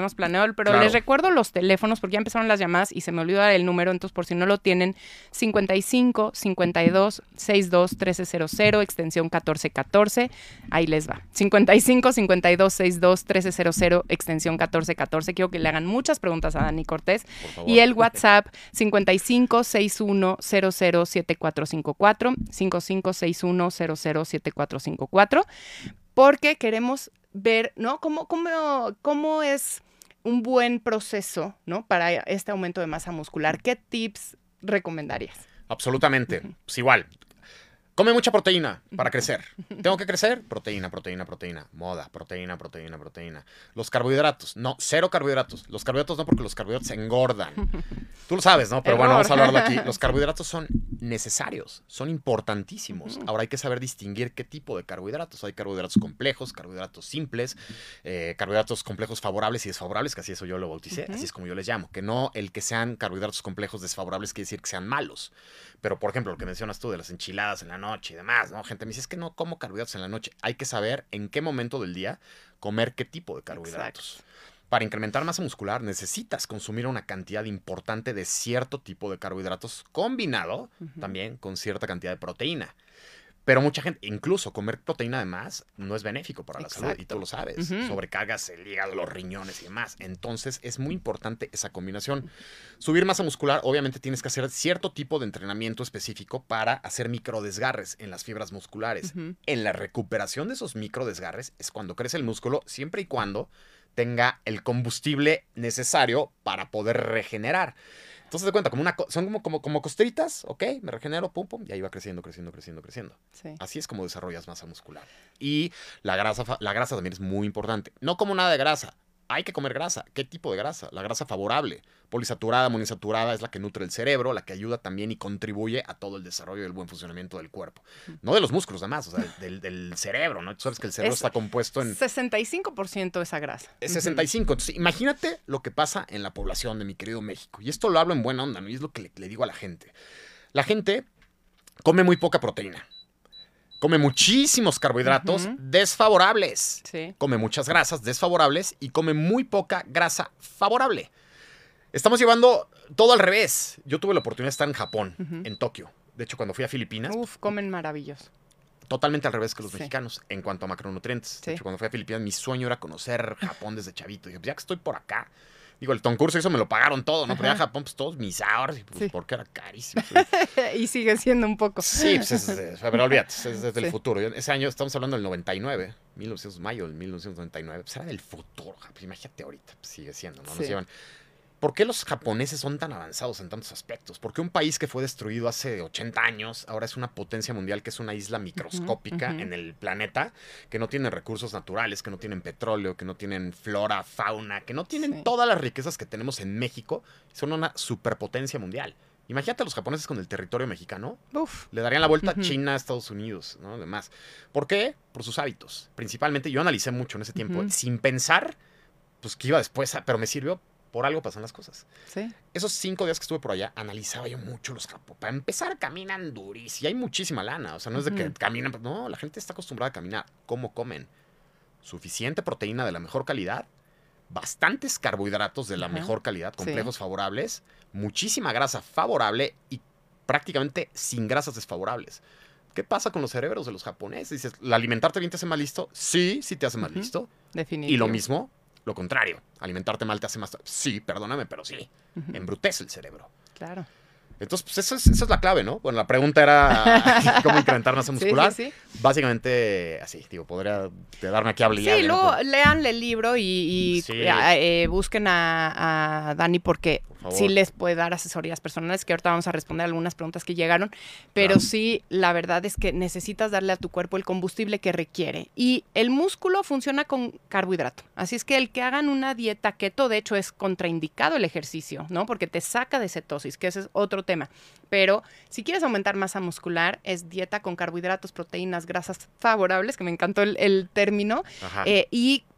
tenemos planeado, pero Claro. les recuerdo los teléfonos porque ya empezaron las llamadas y se me olvidó dar el número, entonces por si no lo tienen, cincuenta y cinco, cincuenta y dos, sesenta y dos, trece cero cero, extensión catorce catorce, ahí les va. cincuenta y cinco, cincuenta y dos, sesenta y dos, trece cero cero, extensión catorce catorce. Quiero que le hagan muchas preguntas a Dani Cortés. Por favor. Y el WhatsApp cincuenta y cinco, sesenta y uno, cero cero, siete cuatro cinco cuatro, cincuenta y cinco, sesenta y uno, cero cero, siete cuatro cinco cuatro, porque queremos ver, ¿no? ¿Cómo, cómo, cómo es un buen proceso, ¿no? Para este aumento de masa muscular? ¿Qué tips recomendarías? Absolutamente. Uh-huh. Pues igual. Come mucha proteína para crecer. ¿Tengo que crecer? Proteína, proteína, proteína. Moda, proteína, proteína, proteína. Los carbohidratos. No, cero carbohidratos. Los carbohidratos no, porque los carbohidratos se engordan. Tú lo sabes, ¿no? Pero Error. Bueno, vamos a hablarlo aquí. Los carbohidratos son necesarios, son importantísimos. Ahora hay que saber distinguir qué tipo de carbohidratos. Hay carbohidratos complejos, carbohidratos simples, eh, carbohidratos complejos favorables y desfavorables, que así eso yo lo bauticé, uh-huh. así es como yo les llamo. Que no el que sean carbohidratos complejos desfavorables quiere decir que sean malos. Pero, por ejemplo, lo que mencionas tú de las enchiladas en la noche y demás, ¿no? Gente me dice, es que no como carbohidratos en la noche. Hay que saber en qué momento del día comer qué tipo de carbohidratos. Exacto. Para incrementar masa muscular necesitas consumir una cantidad importante de cierto tipo de carbohidratos combinado uh-huh. también con cierta cantidad de proteína. Pero mucha gente, incluso comer proteína de más no es benéfico para Exacto. la salud y tú lo sabes. Uh-huh. Sobrecargas el hígado, los riñones y demás. Entonces es muy importante esa combinación. Subir masa muscular, obviamente tienes que hacer cierto tipo de entrenamiento específico para hacer microdesgarres en las fibras musculares. Uh-huh. En la recuperación de esos microdesgarres es cuando crece el músculo, siempre y cuando tenga el combustible necesario para poder regenerar. Entonces, te cuenta, como una, son como, como, como costritas, ¿ok? Me regenero, pum, pum, y ahí va creciendo, creciendo, creciendo, creciendo. Sí. Así es como desarrollas masa muscular. Y la grasa, la grasa también es muy importante. No como nada de grasa. Hay que comer grasa. ¿Qué tipo de grasa? La grasa favorable. Polisaturada, monoinsaturada es la que nutre el cerebro, la que ayuda también y contribuye a todo el desarrollo y el buen funcionamiento del cuerpo. No de los músculos, nada más, o sea, del, del cerebro, ¿no? Tú sabes que el cerebro es está compuesto en... sesenta y cinco por ciento esa grasa. Es sesenta y cinco por ciento. Entonces, imagínate lo que pasa en la población de mi querido México. Y esto lo hablo en buena onda, ¿no? Y es lo que le, le digo a la gente. La gente come muy poca proteína. Come muchísimos carbohidratos uh-huh. desfavorables. Sí. Come muchas grasas desfavorables y come muy poca grasa favorable. Estamos llevando todo al revés. Yo tuve la oportunidad de estar en Japón, uh-huh. en Tokio. De hecho, cuando fui a Filipinas... Uf, comen maravilloso. Totalmente al revés que los sí. mexicanos en cuanto a macronutrientes. Sí. De hecho, cuando fui a Filipinas, mi sueño era conocer Japón desde chavito. Y dije, ya que estoy por acá... Digo, el concurso eso me lo pagaron todo, ¿no? Ajá. Pero ya Japón, pues todos mis ahorros, pues, sí. porque era carísimo. Y sigue siendo un poco. Sí, pues es, es, pero olvídate, es desde sí. el futuro. Ese año, estamos hablando del noventa y nueve, mil novecientos, mayo del mil novecientos noventa y nueve, pues era del futuro. Pues imagínate ahorita, pues sigue siendo, ¿no? Nos sí. llevan... ¿Por qué los japoneses son tan avanzados en tantos aspectos? ¿Por qué un país que fue destruido hace ochenta años ahora es una potencia mundial que es una isla microscópica uh-huh, uh-huh. en el planeta, que no tiene recursos naturales, que no tienen petróleo, que no tienen flora, fauna, que no tienen sí. todas las riquezas que tenemos en México? Son una superpotencia mundial. Imagínate a los japoneses con el territorio mexicano. Uf. Le darían la vuelta uh-huh. a China, a Estados Unidos, ¿no? Demás. ¿Por qué? Por sus hábitos. Principalmente, yo analicé mucho en ese tiempo, uh-huh. sin pensar, pues, que iba después, a, pero me sirvió. Por algo pasan las cosas. Sí. Esos cinco días que estuve por allá, analizaba yo mucho los japoneses. Para empezar, caminan durísimo. Y hay muchísima lana. O sea, no es de que uh-huh. caminan. No, la gente está acostumbrada a caminar. ¿Cómo comen? Suficiente proteína de la mejor calidad. Bastantes carbohidratos de la uh-huh. mejor calidad. Complejos sí. favorables. Muchísima grasa favorable. Y prácticamente sin grasas desfavorables. ¿Qué pasa con los cerebros de los japoneses? Dices, ¿el alimentarte bien te hace más listo? Sí, sí te hace más uh-huh. listo. Definitivo. Y lo mismo... Lo contrario, alimentarte mal te hace más... Sí, perdóname, pero sí. Uh-huh. Embrutece el cerebro. Claro. Entonces, pues esa es, esa es la clave, ¿no? Bueno, la pregunta era cómo incrementar masa muscular. Sí, sí, sí. Básicamente, así, digo, podría darme aquí a hablar. Sí, luego ¿no? leanle el libro y, y sí. eh, busquen a, a Dani porque por sí les puede dar asesorías personales, que ahorita vamos a responder algunas preguntas que llegaron, pero claro. sí, la verdad es que necesitas darle a tu cuerpo el combustible que requiere. Y el músculo funciona con carbohidrato. Así es que el que hagan una dieta keto, de hecho, es contraindicado el ejercicio, ¿no? Porque te saca de cetosis, que ese es otro tema. Pero si quieres aumentar masa muscular, es dieta con carbohidratos, proteínas, grasas favorables, que me encantó el, el término, eh, y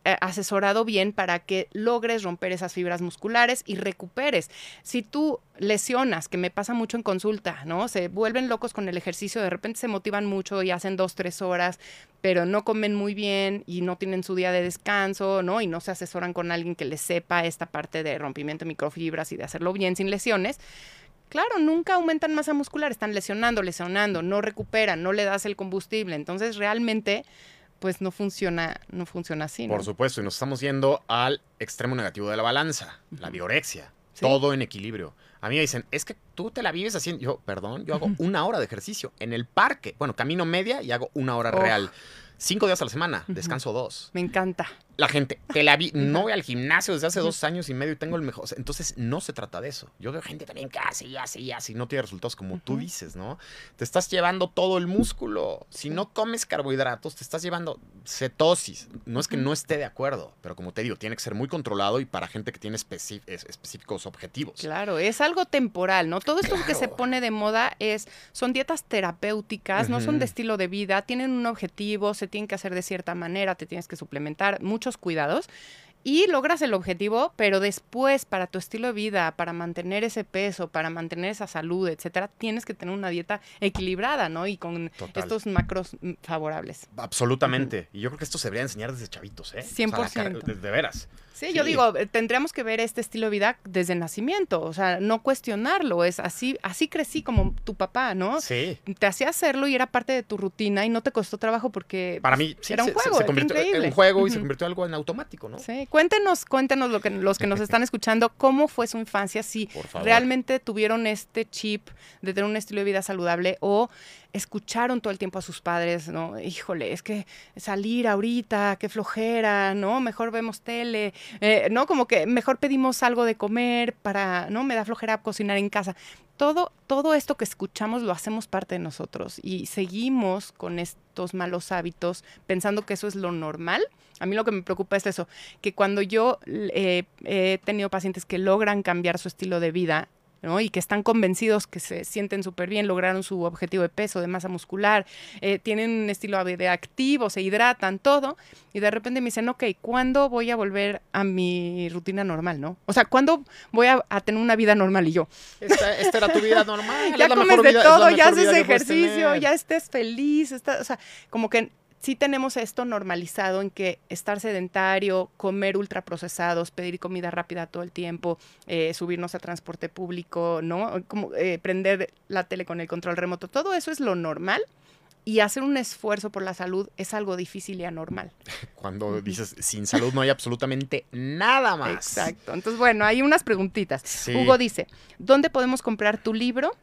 eh, asesorado bien para que logres romper esas fibras musculares y recuperes. Si tú lesionas, que me pasa mucho en consulta, ¿no? Se vuelven locos con el ejercicio, de repente se motivan mucho y hacen dos, tres horas, pero no comen muy bien y no tienen su día de descanso, ¿no? Y no se asesoran con alguien que les sepa esta parte de rompimiento de microfibras y de hacerlo bien sin lesiones. Claro, nunca aumentan masa muscular, están lesionando, lesionando, no recuperan, no le das el combustible. Entonces, realmente, pues no funciona, no funciona así, ¿no? Por supuesto, y nos estamos yendo al extremo negativo de la balanza, uh-huh. la biorexia. ¿Sí? Todo en equilibrio. A mí me dicen, es que tú te la vives haciendo. Yo, perdón, yo hago uh-huh. una hora de ejercicio en el parque. Bueno, camino media y hago una hora oh. real. Cinco días a la semana, uh-huh. descanso dos. Me encanta. La gente, te la vi, no voy al gimnasio desde hace dos años y medio y tengo el mejor. Entonces, no se trata de eso. Yo veo gente también que hace y hace y hace y no tiene resultados como uh-huh. tú dices, ¿no? Te estás llevando todo el músculo. Si no comes carbohidratos, te estás llevando cetosis. No es que no esté de acuerdo, pero como te digo, tiene que ser muy controlado y para gente que tiene especi- específicos objetivos. Claro, es algo temporal, ¿no? Todo esto claro. que se pone de moda es, son dietas terapéuticas, uh-huh. no son de estilo de vida, tienen un objetivo, se tienen que hacer de cierta manera, te tienes que suplementar, muchos cuidados y logras el objetivo, pero después para tu estilo de vida, para mantener ese peso, para mantener esa salud, etcétera, tienes que tener una dieta equilibrada, ¿no? Y con Total. estos macros favorables. Absolutamente. Uh-huh. Y yo creo que esto se debería enseñar desde chavitos, ¿eh? cien por ciento. O sea, de, de veras. Sí, sí, yo digo, tendríamos que ver este estilo de vida desde el nacimiento, o sea, no cuestionarlo, es así, así crecí como tu papá, ¿no? Sí. Te hacía hacerlo y era parte de tu rutina y no te costó trabajo porque para mí sí, era un se, juego, se, se convirtió increíble. en un juego y uh-huh. se convirtió en algo en automático, ¿no? Sí, cuéntenos, cuéntenos lo que, los que nos están escuchando, cómo fue su infancia, si realmente tuvieron este chip de tener un estilo de vida saludable o escucharon todo el tiempo a sus padres, ¿no? Híjole, es que salir ahorita, qué flojera, ¿no? Mejor vemos tele, eh, ¿no? Como que mejor pedimos algo de comer para, ¿no? Me da flojera cocinar en casa. Todo, todo esto que escuchamos lo hacemos parte de nosotros y seguimos con estos malos hábitos pensando que eso es lo normal. A mí lo que me preocupa es eso, que cuando yo eh, he tenido pacientes que logran cambiar su estilo de vida, ¿no? Y que están convencidos que se sienten súper bien, lograron su objetivo de peso, de masa muscular, eh, tienen un estilo de vida activo, se hidratan, todo, y de repente me dicen, ok, ¿cuándo voy a volver a mi rutina normal, no? O sea, ¿cuándo voy a, a tener una vida normal? Y yo, esta, esta era tu vida normal. Ya es la comes mejor de vida, todo, es la ya mejor haces vida que puedes ejercicio, tener. ya estés feliz, está, o sea, como que sí tenemos esto normalizado en que estar sedentario, comer ultraprocesados, pedir comida rápida todo el tiempo, eh, subirnos a transporte público, ¿no? Como eh, prender la tele con el control remoto, todo eso es lo normal y hacer un esfuerzo por la salud es algo difícil y anormal. Cuando dices sin salud no hay absolutamente nada más. Exacto. Entonces, bueno, hay unas preguntitas. Sí. Hugo dice, ¿dónde podemos comprar tu libro?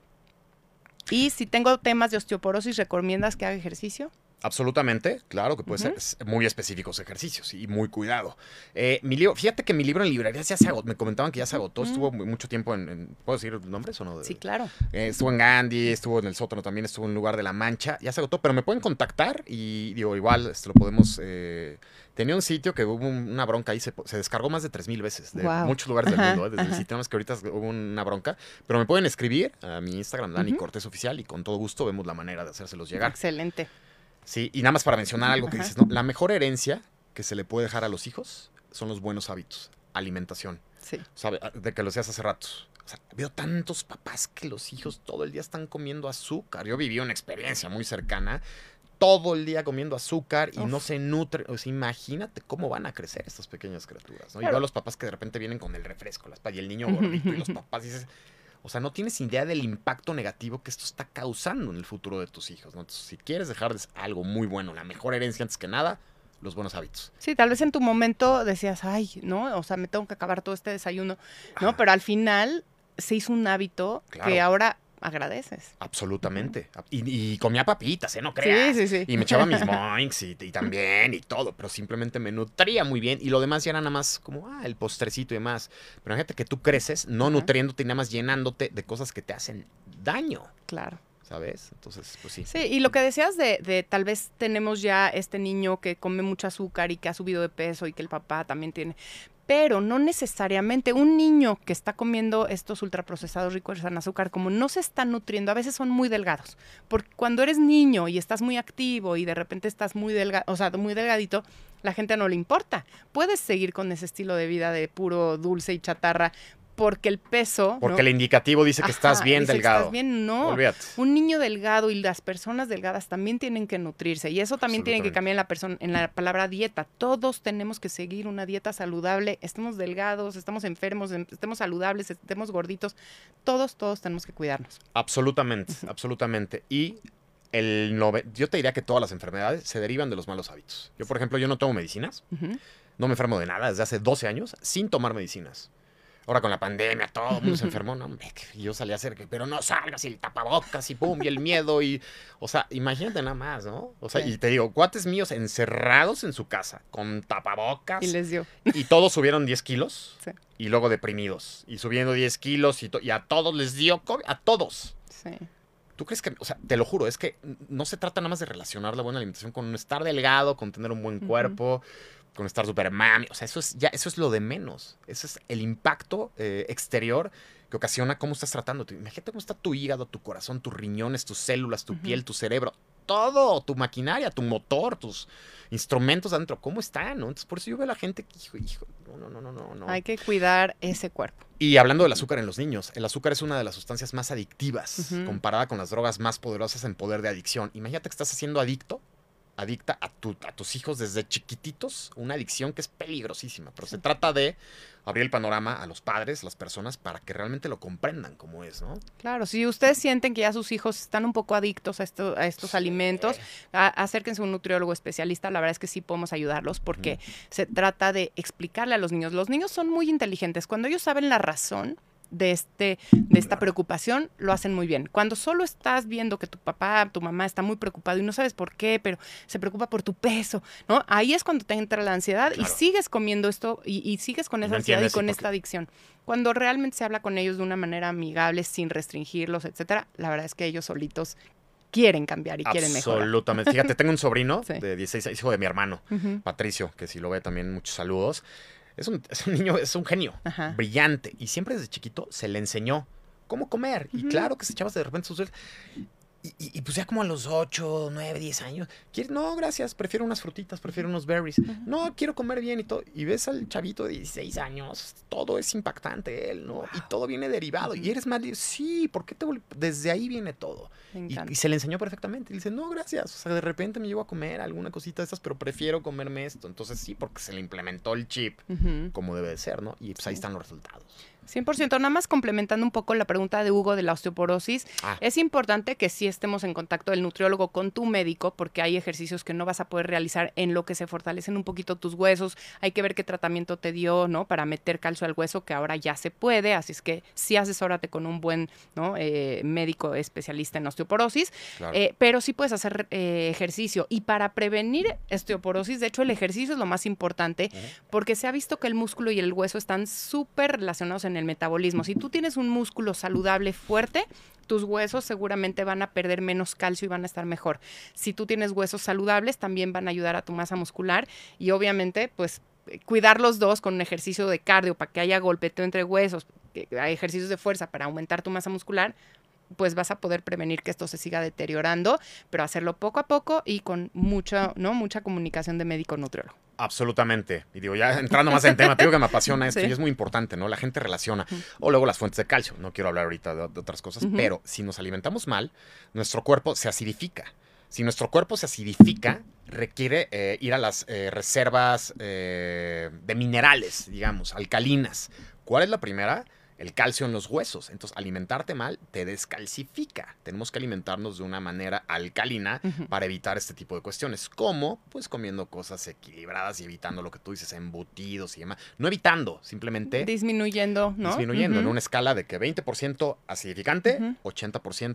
Y si tengo temas de osteoporosis, ¿recomiendas que haga ejercicio? Absolutamente, claro que puede uh-huh. ser muy específicos ejercicios y muy cuidado. Eh, mi libro, fíjate que mi libro en librerías ya se agotó, me comentaban que ya se agotó, uh-huh. estuvo mucho tiempo en, en ¿puedo decir los nombres o no? Sí, claro. Eh, estuvo en Gandhi, estuvo en el Sótano también, estuvo en Lugar de la Mancha, ya se agotó, pero me pueden contactar y digo, igual este, lo podemos... Eh, tenía un sitio que hubo una bronca ahí, se, se descargó más de tres mil veces de wow. muchos lugares del mundo, ¿eh? Desde ajá. el sitio, nada más que ahorita hubo una bronca, pero me pueden escribir a mi Instagram, Dani uh-huh. Cortés Oficial, y con todo gusto vemos la manera de hacérselos llegar. Excelente. Sí, y nada más para mencionar algo que Ajá. dices, ¿no? La mejor herencia que se le puede dejar a los hijos son los buenos hábitos, alimentación. Sí. O sea, de que lo decías hace rato. O sea, veo tantos papás que los hijos todo el día están comiendo azúcar. Yo viví una experiencia muy cercana, todo el día comiendo azúcar y Uf. no se nutren. O sea, imagínate cómo van a crecer estas pequeñas criaturas, ¿no? Claro. Y veo a los papás que de repente vienen con el refresco, la espalda y el niño gordito y los papás dices... O sea, no tienes idea del impacto negativo que esto está causando en el futuro de tus hijos, ¿no? Entonces, si quieres dejarles algo muy bueno, la mejor herencia antes que nada, los buenos hábitos. Sí, tal vez en tu momento decías, ay, ¿no? O sea, me tengo que acabar todo este desayuno, ¿no? Ah. Pero al final se hizo un hábito claro. que ahora agradeces. Absolutamente. Uh-huh. Y, y comía papitas, ¿eh? No creas. Sí, sí, sí. Y me echaba mis moinks y, y también y todo, pero simplemente me nutría muy bien. Y lo demás ya era nada más como, ah, el postrecito y demás. Pero fíjate que tú creces no uh-huh. nutriéndote y nada más llenándote de cosas que te hacen daño. Claro. ¿Sabes? Entonces, pues sí. Sí, y lo que decías de, de tal vez tenemos ya este niño que come mucho azúcar y que ha subido de peso y que el papá también tiene... pero no necesariamente un niño que está comiendo estos ultraprocesados ricos en azúcar, como no se están nutriendo, a veces son muy delgados, porque cuando eres niño y estás muy activo y de repente estás muy delgado, o sea, muy delgadito, la gente no le importa. Puedes seguir con ese estilo de vida de puro dulce y chatarra, porque el peso... Porque ¿no? el indicativo dice que Ajá, estás bien dice que delgado. Estás bien, no. Olvídate. Un niño delgado y las personas delgadas también tienen que nutrirse. Y eso también tiene que cambiar en la, persona, en la palabra dieta. Todos tenemos que seguir una dieta saludable. Estemos delgados, estamos enfermos, estemos saludables, estemos gorditos. Todos, todos tenemos que cuidarnos. Absolutamente, absolutamente. Y el nove... yo te diría que todas las enfermedades se derivan de los malos hábitos. Yo, por ejemplo, yo no tomo medicinas. Uh-huh. No me enfermo de nada desde hace doce años sin tomar medicinas. Ahora con la pandemia, todo el mundo se enfermó, no, hombre, que yo salí a hacer, pero no salgas, y el tapabocas, y pum, y el miedo, y, o sea, imagínate nada más, ¿no? O sea, sí. Y te digo, cuates míos encerrados en su casa, con tapabocas. Y les dio. Y todos subieron diez kilos, sí. Y luego deprimidos, y subiendo diez kilos, y, to- y a todos les dio COVID, a todos. Sí. ¿Tú crees que, o sea, te lo juro, es que no se trata nada más de relacionar la buena alimentación con estar delgado, con tener un buen cuerpo, uh-huh. con estar súper mami? O sea, eso es ya, eso es lo de menos. Eso es el impacto eh, exterior que ocasiona cómo estás tratando. Imagínate cómo está tu hígado, tu corazón, tus riñones, tus células, tu uh-huh. piel, tu cerebro. Todo, tu maquinaria, tu motor, tus instrumentos adentro, ¿cómo están? ¿No? Entonces, por eso yo veo a la gente que, hijo, hijo, no, no, no, no, no. Hay que cuidar ese cuerpo. Y hablando del azúcar en los niños, el azúcar es una de las sustancias más adictivas, uh-huh. comparada con las drogas más poderosas en poder de adicción. Imagínate que estás haciendo adicto, adicta a, tu, a tus hijos desde chiquititos, una adicción que es peligrosísima. Pero sí. Se trata de abrir el panorama a los padres, las personas, para que realmente lo comprendan como es, ¿no? Claro, si ustedes sienten que ya sus hijos están un poco adictos a, esto, a estos sí. alimentos, a, acérquense a un nutriólogo especialista. La verdad es que sí podemos ayudarlos porque uh-huh. se trata de explicarle a los niños. Los niños son muy inteligentes. Cuando ellos saben la razón de, este, de esta preocupación, lo hacen muy bien. Cuando solo estás viendo que tu papá, tu mamá está muy preocupado y no sabes por qué, pero se preocupa por tu peso, ¿no? Ahí es cuando te entra la ansiedad claro. y sigues comiendo esto y, y sigues con esa no ansiedad y con esta adicción. Cuando realmente se habla con ellos de una manera amigable, sin restringirlos, etcétera, la verdad es que ellos solitos quieren cambiar y quieren mejorar. Absolutamente. Fíjate, tengo un sobrino sí. de dieciséis años, hijo de mi hermano, uh-huh. Patricio, que si lo ve también, muchos saludos. Es un, es un niño, es un genio, ajá. brillante. Y siempre desde chiquito se le enseñó cómo comer. Uh-huh. Y claro que se echaba de repente sus... Y, y, y pues ya como a los ocho, nueve, diez años, ¿quieres? No, gracias, prefiero unas frutitas, prefiero unos berries. Uh-huh. No, quiero comer bien y todo. Y ves al chavito de dieciséis años, todo es impactante él, ¿no? Wow. Y todo viene derivado. Uh-huh. Y eres más... Sí, ¿por qué te vol... Desde ahí viene todo. Y, y se le enseñó perfectamente. Y dice, no, gracias. O sea, de repente me llevo a comer alguna cosita de estas, pero prefiero comerme esto. Entonces sí, porque se le implementó el chip uh-huh. como debe de ser, ¿no? Y pues ahí están los resultados. cien por ciento. Nada más complementando un poco la pregunta de Hugo de la osteoporosis, ah. es importante que sí estemos en contacto del nutriólogo con tu médico, porque hay ejercicios que no vas a poder realizar en lo que se fortalecen un poquito tus huesos. Hay que ver qué tratamiento te dio, ¿no? Para meter calcio al hueso, que ahora ya se puede. Así es que sí asesórate con un buen, ¿no? eh, médico especialista en osteoporosis. Claro. Eh, pero sí puedes hacer eh, ejercicio. Y para prevenir osteoporosis, de hecho, el ejercicio es lo más importante, uh-huh. porque se ha visto que el músculo y el hueso están súper relacionados en el metabolismo. Si tú tienes un músculo saludable, fuerte, tus huesos seguramente van a perder menos calcio y van a estar mejor. Si tú tienes huesos saludables, también van a ayudar a tu masa muscular y obviamente, pues, cuidar los dos con un ejercicio de cardio para que haya golpeteo entre huesos, que hay ejercicios de fuerza para aumentar tu masa muscular, pues vas a poder prevenir que esto se siga deteriorando, pero hacerlo poco a poco y con mucha, ¿no? mucha comunicación de médico-nutriólogo. Absolutamente. Y digo, ya entrando más en tema, te digo que me apasiona esto sí. y es muy importante, ¿no? La gente relaciona. Uh-huh. O luego las fuentes de calcio. No quiero hablar ahorita de, de otras cosas, uh-huh. pero si nos alimentamos mal, nuestro cuerpo se acidifica. Si nuestro cuerpo se acidifica, requiere eh, ir a las eh, reservas eh, de minerales, digamos, alcalinas. ¿Cuál es la primera? El calcio en los huesos. Entonces, alimentarte mal te descalcifica. Tenemos que alimentarnos de una manera alcalina uh-huh. para evitar este tipo de cuestiones. ¿Cómo? Pues comiendo cosas equilibradas y evitando lo que tú dices, embutidos y demás. No evitando, simplemente... Disminuyendo, ¿no? Disminuyendo uh-huh. en una escala de que veinte por ciento acidificante, uh-huh. ochenta por ciento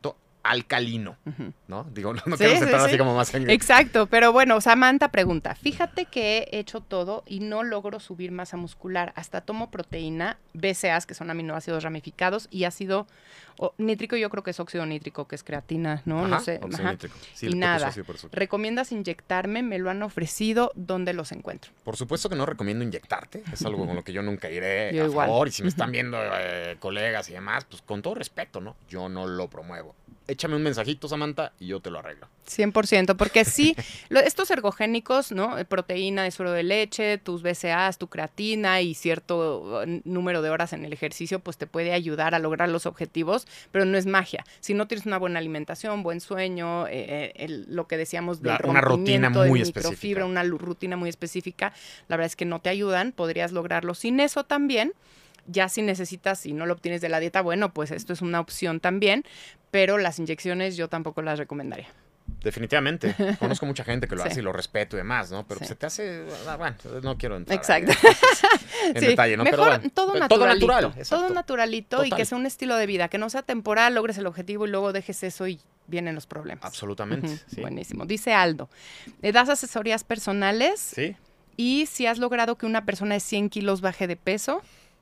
alcalino, Ujú. ¿no? Digo, no, no Sí, quiero sí, sentar sí. así como más en... Exacto, pero bueno, Samantha pregunta, fíjate que he hecho todo y no logro subir masa muscular, hasta tomo proteína, B C As, que son aminoácidos ramificados, y ácido o, nítrico, yo creo que es óxido nítrico, que es creatina, ¿no? Ajá, no sé. óxido Ajá. nítrico. Sí, Y le puso nada, ácido por eso. ¿recomiendas inyectarme? Me lo han ofrecido, ¿dónde los encuentro? Por supuesto que no recomiendo inyectarte, es algo con lo que yo nunca iré Yo a igual. favor, y si me están viendo eh, colegas y demás, pues con todo respeto, ¿no? Yo no lo promuevo. Échame un mensajito, Samantha, y yo te lo arreglo. cien por ciento, porque sí, lo, estos ergogénicos, ¿no? Proteína de suero de leche, tus B C As, tu creatina y cierto uh, número de horas en el ejercicio, pues te puede ayudar a lograr los objetivos, pero no es magia. Si no tienes una buena alimentación, buen sueño, eh, el, lo que decíamos del La, una rutina rompimiento de muy microfibra, específica. una rutina muy específica, la verdad es que no te ayudan, podrías lograrlo sin eso también. Ya si necesitas, si no lo obtienes de la dieta, bueno, pues esto es una opción también, pero las inyecciones yo tampoco las recomendaría. Definitivamente. Conozco mucha gente que lo Sí. hace y lo respeto y demás, ¿no? Pero Sí. se te hace... ah, bueno, no quiero entrar Exacto. ahí en Sí, detalle, ¿no? mejor Pero bueno, todo todo naturalito, natural. todo Exacto. naturalito y Total. que sea un estilo de vida, que no sea temporal, logres el objetivo y luego dejes eso y vienen los problemas. Absolutamente, Ujú, sí. Buenísimo. Dice Aldo, ¿le das asesorías personales? Sí. Y si has logrado que una persona de cien kilos baje de peso,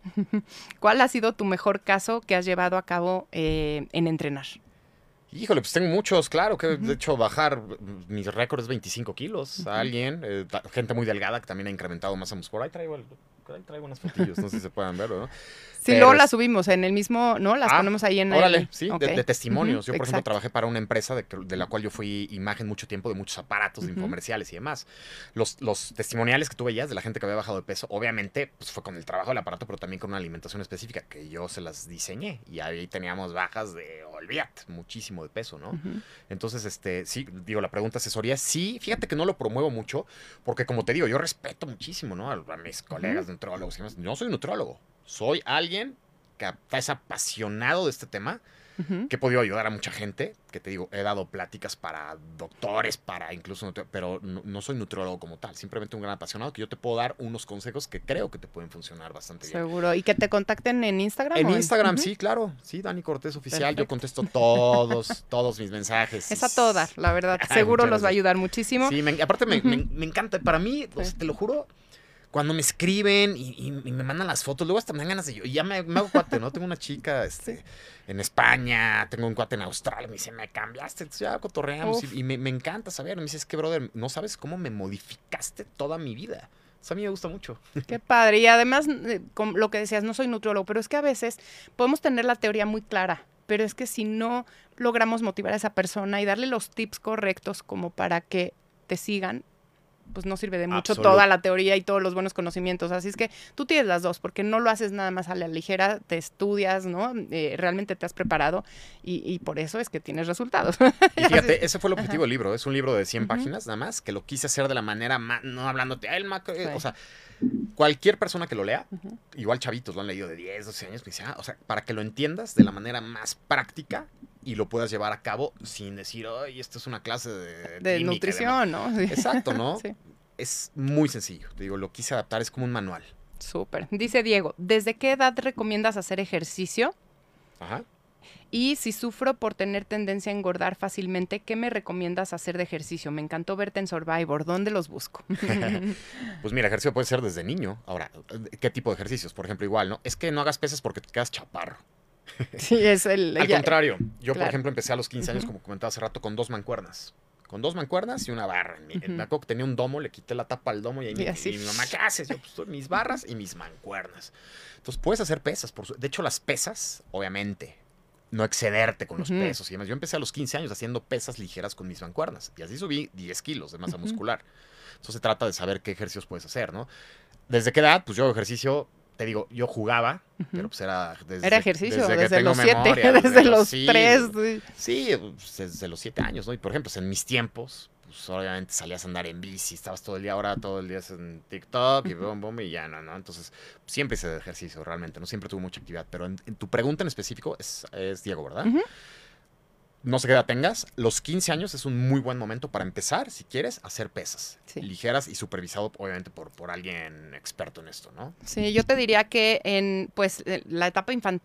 ¿cuál ha sido tu mejor caso que has llevado a cabo eh, en entrenar? Híjole, pues tengo muchos, claro, que de hecho bajar mis récords veinticinco kilos Ujú. a alguien, eh, ta- gente muy delgada que también ha incrementado masa muscular. Ahí traigo, el- ahí traigo unas fotillos, no sé si se puedan ver, ¿no? Sí, Pero luego es- las subimos en el mismo, ¿no? Las Ah, ponemos ahí en órale, el... sí, Ok. de, de testimonios. Ujú, Yo, por ejemplo, exacto. trabajé para una empresa de, que- de la cual yo fui imagen mucho tiempo de muchos aparatos, de Ujú. infomerciales y demás. Los, los testimoniales que tú veías de la gente que había bajado de peso, obviamente, pues fue con el trabajo del aparato, pero también con una alimentación específica que yo se las diseñé. Y ahí teníamos bajas de, olvídate, muchísimo de peso, ¿no? Ujú. Entonces, este, sí, digo, la pregunta asesoría, sí, fíjate que no lo promuevo mucho, porque como te digo, yo respeto muchísimo, ¿no? A, a mis colegas Ujú. nutriólogos y demás. No soy nutriólogo, soy alguien que es apasionado de este tema, Ujú. que he podido ayudar a mucha gente, que te digo, he dado pláticas para doctores, para incluso, nutri- pero no, no soy nutriólogo como tal, simplemente un gran apasionado que yo te puedo dar unos consejos que creo que te pueden funcionar bastante bien. Seguro. ¿Y que te contacten en Instagram? En o Instagram, Ujú. sí, claro, sí, Dani Cortés Oficial, yo Perfecto. contesto todos, todos mis mensajes. Es a todo dar, la verdad. Ay, Seguro muchas los va a gracias. ayudar muchísimo. Sí, me- aparte me, Ujú. me- me encanta, para mí, o Sí. sea, te lo juro, cuando me escriben y, y- y me mandan las fotos, luego hasta me dan ganas de yo, y ya me, me hago cuate, ¿no? Tengo una chica este, en España, tengo un cuate en Australia, me dice, me cambiaste, entonces ya cotorreamos, Uf. y, y me, me encanta saber, me dice, es que, brother, no sabes cómo me modificaste toda mi vida. Eso a mí me gusta mucho. Qué padre. Y además, eh, con lo que decías, no soy nutriólogo, pero es que a veces podemos tener la teoría muy clara, pero es que si no logramos motivar a esa persona y darle los tips correctos como para que te sigan, pues no sirve de mucho Absoluto. toda la teoría y todos los buenos conocimientos. Así es que tú tienes las dos, porque no lo haces nada más a la ligera, te estudias, ¿no? Eh, realmente te has preparado y, y por eso es que tienes resultados. Y fíjate, ese fue el objetivo del libro. Es un libro de cien Ujú. páginas nada más, que lo quise hacer de la manera más, no hablándote, "Ah, el macro", eh, Sí. o sea, cualquier persona que lo lea, Ujú. igual chavitos lo han leído de diez, doce años, me dice, ah, o sea, para que lo entiendas de la manera más práctica y lo puedas llevar a cabo sin decir, ay, esto es una clase de, De química y demás". nutrición, ¿no? Sí. Exacto, ¿no? Sí. Es muy sencillo. Te digo, lo quise adaptar, es como un manual. Súper. Dice Diego, ¿desde qué edad recomiendas hacer ejercicio? Ajá. Y si sufro por tener tendencia a engordar fácilmente, ¿qué me recomiendas hacer de ejercicio? Me encantó verte en Survivor. ¿Dónde los busco? Pues mira, ejercicio puede ser desde niño. Ahora, ¿qué tipo de ejercicios? Por ejemplo, igual, ¿no? Es que no hagas pesas porque te quedas chaparro. Sí, es el... Al ya- contrario, yo por claro. ejemplo empecé a los quince años, Ujú. como comentaba hace rato, con dos mancuernas. Con dos mancuernas y una barra. Mi- Ujú. Me acuerdo que tenía un domo, le quité la tapa al domo y, ahí Y mi, así. y mi mamá, ¿qué haces? Yo, pues mis barras y mis mancuernas. Entonces puedes hacer pesas. Por su- de hecho, las pesas, obviamente, no excederte con los Ujú. pesos y demás. Yo empecé a los quince años haciendo pesas ligeras con mis mancuernas y así subí diez kilos de masa Ujú. muscular. Entonces se trata de saber qué ejercicios puedes hacer, ¿no? ¿Desde qué edad? Pues yo ejercicio, te digo, yo jugaba, Ujú. pero pues era desde, Era ejercicio desde desde, que tengo los siete, memoria, desde, los sí, tres. sí. Sí, pues, desde los siete años, ¿no? Y por ejemplo, pues, en mis tiempos, pues obviamente salías a andar en bici, estabas todo el día, ahora todo el día es en TikTok y Ujú. boom, boom, y ya no, ¿no? Entonces, siempre hice ejercicio realmente, ¿no? Siempre tuve mucha actividad, pero en, en tu pregunta en específico es, es Diego, ¿verdad? Ujú. No sé qué edad tengas, los quince años es un muy buen momento para empezar, si quieres, a hacer pesas Sí. ligeras y supervisado, obviamente, por, por alguien experto en esto, ¿no? Sí, yo te diría que en pues eh, la etapa infantil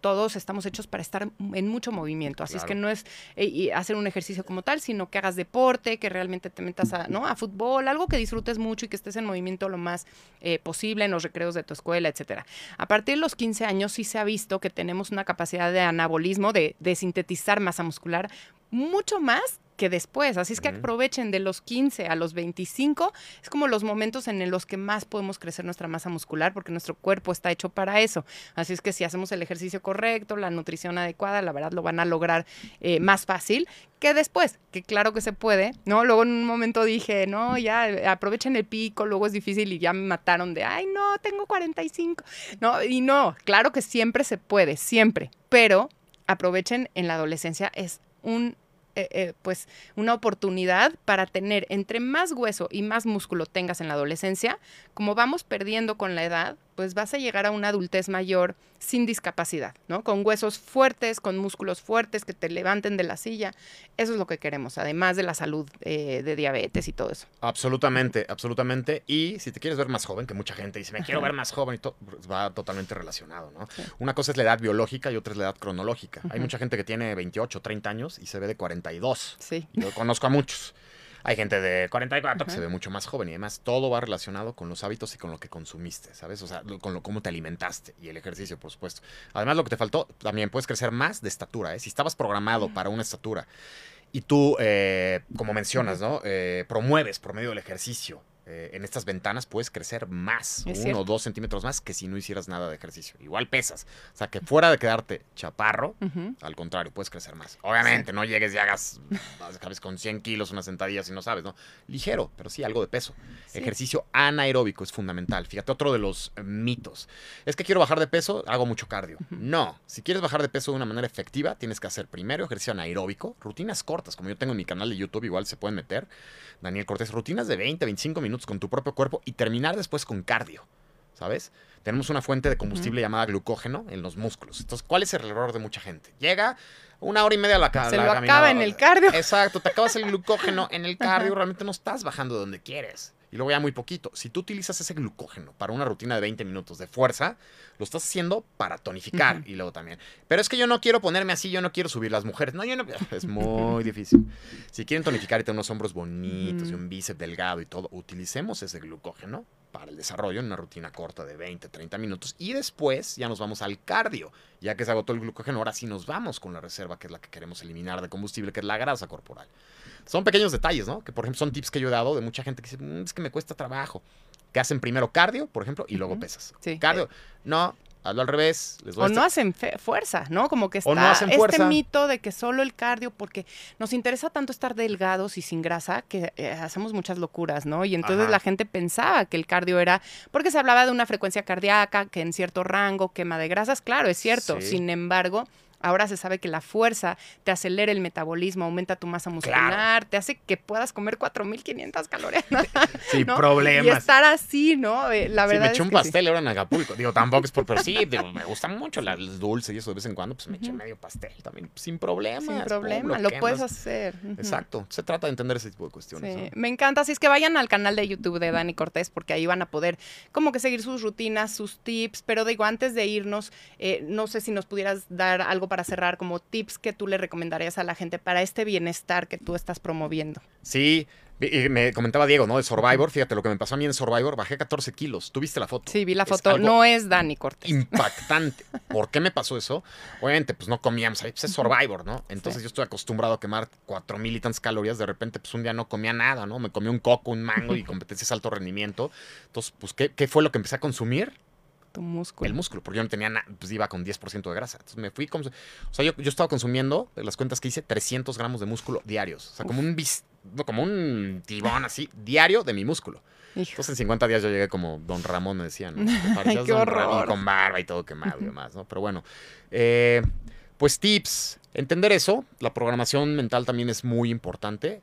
todos estamos hechos para estar en mucho movimiento. Así Claro. es que no es eh, y hacer un ejercicio como tal, sino que hagas deporte, que realmente te metas a, ¿no? a fútbol, algo que disfrutes mucho y que estés en movimiento lo más eh, posible en los recreos de tu escuela, etcétera. A partir de los quince años sí se ha visto que tenemos una capacidad de anabolismo, de, de sintetizar masa muscular, mucho más que después, así es que Ujú. aprovechen de los quince a los veinticinco, es como los momentos en los que más podemos crecer nuestra masa muscular porque nuestro cuerpo está hecho para eso, así es que si hacemos el ejercicio correcto, la nutrición adecuada, la verdad lo van a lograr eh, más fácil que después, que claro que se puede, ¿no? Luego en un momento dije, no, ya aprovechen el pico, luego es difícil y ya me mataron de, ay, no, tengo cuarenta y cinco, no, y no, claro que siempre se puede, siempre, pero aprovechen en la adolescencia, es un Eh, eh, pues una oportunidad para tener entre más hueso y más músculo tengas en la adolescencia, como vamos perdiendo con la edad, pues vas a llegar a una adultez mayor sin discapacidad, ¿no? Con huesos fuertes, con músculos fuertes que te levanten de la silla. Eso es lo que queremos, además de la salud eh, de diabetes y todo eso. Absolutamente, absolutamente. Y si te quieres ver más joven, que mucha gente dice, me quiero ver más joven y todo, pues va totalmente relacionado, ¿no? Sí. Una cosa es la edad biológica y otra es la edad cronológica. Hay Ujú. mucha gente que tiene veintiocho, treinta años y se ve de cuarenta y dos. Sí. Yo conozco a muchos. Hay gente de cuarenta y cuatro que Ajá. se ve mucho más joven y además todo va relacionado con los hábitos y con lo que consumiste, ¿sabes? O sea, lo- con lo cómo te alimentaste y el ejercicio, por supuesto. Además, lo que te faltó, también puedes crecer más de estatura, ¿eh? Si estabas programado para una estatura y tú, eh, como mencionas, ¿no? Eh, promueves por medio del ejercicio. eh, en estas ventanas puedes crecer más, Es uno cierto. o dos centímetros más que si no hicieras nada de ejercicio. Igual pesas. O sea, que fuera de quedarte chaparro, Ujú. al contrario, puedes crecer más. Obviamente, no llegues y hagas, sabes, con cien kilos una sentadilla si no sabes, ¿no? Ligero, pero sí algo de peso. Sí. Ejercicio anaeróbico es fundamental. Fíjate, otro de los eh, mitos. Es que quiero bajar de peso, hago mucho cardio. No, si quieres bajar de peso de una manera efectiva, tienes que hacer primero ejercicio anaeróbico, rutinas cortas, como yo tengo en mi canal de YouTube, igual se pueden meter. Daniel Cortés, rutinas de veinte, veinticinco minutos con tu propio cuerpo y terminar después con cardio, ¿sabes? Tenemos una fuente de combustible Ujú. llamada glucógeno en los músculos. Entonces, ¿cuál es el error de mucha gente? Llega una hora y media a la, ca- Se la lo caminada. acaba en el cardio. Exacto, te acabas el glucógeno en el cardio, Ajá. realmente no estás bajando de donde quieres. Y luego ya muy poquito. Si tú utilizas ese glucógeno para una rutina de veinte minutos de fuerza, lo estás haciendo para tonificar. Ujú. Y luego también. Pero es que yo no quiero ponerme así, yo no quiero subir las mujeres. No, yo no. Es muy difícil. Si quieren tonificar y tener unos hombros bonitos y Ujú. un bíceps delgado y todo, utilicemos ese glucógeno para el desarrollo en una rutina corta de veinte, treinta minutos. Y después ya nos vamos al cardio. Ya que se agotó el glucógeno, ahora sí nos vamos con la reserva, que es la que queremos eliminar de combustible, que es la grasa corporal. Son pequeños detalles, ¿no? Que por ejemplo son tips que yo he dado de mucha gente que dice, "Mm, es que me cuesta trabajo. Que hacen primero cardio, por ejemplo, y luego Ujú. pesas. Sí. Cardio, no, hazlo al revés. Les doy O este- no hacen fe- fuerza, ¿no? Como que está O no hacen este fuerza. mito de que solo el cardio, porque nos interesa tanto estar delgados y sin grasa, que eh, hacemos muchas locuras, ¿no? Y entonces Ajá. la gente pensaba que el cardio era, porque se hablaba de una frecuencia cardíaca, que en cierto rango quema de grasas, claro, es cierto. Sí. Sin embargo, ahora se sabe que la fuerza te acelera el metabolismo, aumenta tu masa muscular, te hace que puedas comer cuatro mil quinientas calorías. Sin ¿no? problemas. Y estar así, ¿no? Eh, la Sí, verdad me eché es un que sí. pastel ahora en Acapulco. Digo, tampoco es por, pero sí, digo, me gusta mucho la- el dulce y eso de vez en cuando, pues me eché Ujú. medio pastel también, sin problemas. Sin pum, problema, lo quemas. puedes hacer. Ujú. Exacto, se trata de entender ese tipo de cuestiones. Sí, ¿no? me encanta. Así es que vayan al canal de YouTube de Dani Cortés porque ahí van a poder como que seguir sus rutinas, sus tips. Pero digo, antes de irnos, eh, no sé si nos pudieras dar algo para cerrar como tips que tú le recomendarías a la gente para este bienestar que tú estás promoviendo. Sí, y me comentaba Diego, ¿no? De Survivor, fíjate, lo que me pasó a mí en Survivor, bajé catorce kilos. ¿Tú viste la foto? Sí, vi la Es foto. algo No es Dani Cortés. impactante. ¿Por qué me pasó eso? Obviamente, pues no comíamos ahí, pues es Survivor, ¿no? Entonces Sí. yo estoy acostumbrado a quemar cuatro mil y tantas calorías, de repente, pues un día no comía nada, ¿no? Me comí un coco, un mango y competencias de alto rendimiento. Entonces, pues, ¿qué, qué fue lo que empecé a consumir? Tu músculo. El músculo, porque yo no tenía nada, pues iba con diez por ciento de grasa. Entonces me fui, como, o sea, yo, yo estaba consumiendo, de las cuentas que hice, trescientos gramos de músculo diarios. O sea, como un, bis- no, como un tibón así, diario de mi músculo. Hijo. Entonces en cincuenta días yo llegué como Don Ramón, me decían, ¿no? Te parecías Qué Don Ramón, horror. y con barba y todo quemado y demás, ¿no? Pero bueno, eh, pues tips. Entender eso, la programación mental también es muy importante.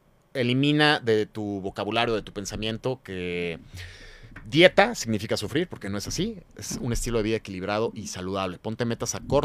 Elimina de tu vocabulario, de tu pensamiento que dieta significa sufrir, porque no es así. Es un estilo de vida equilibrado y saludable. Ponte metas a corto,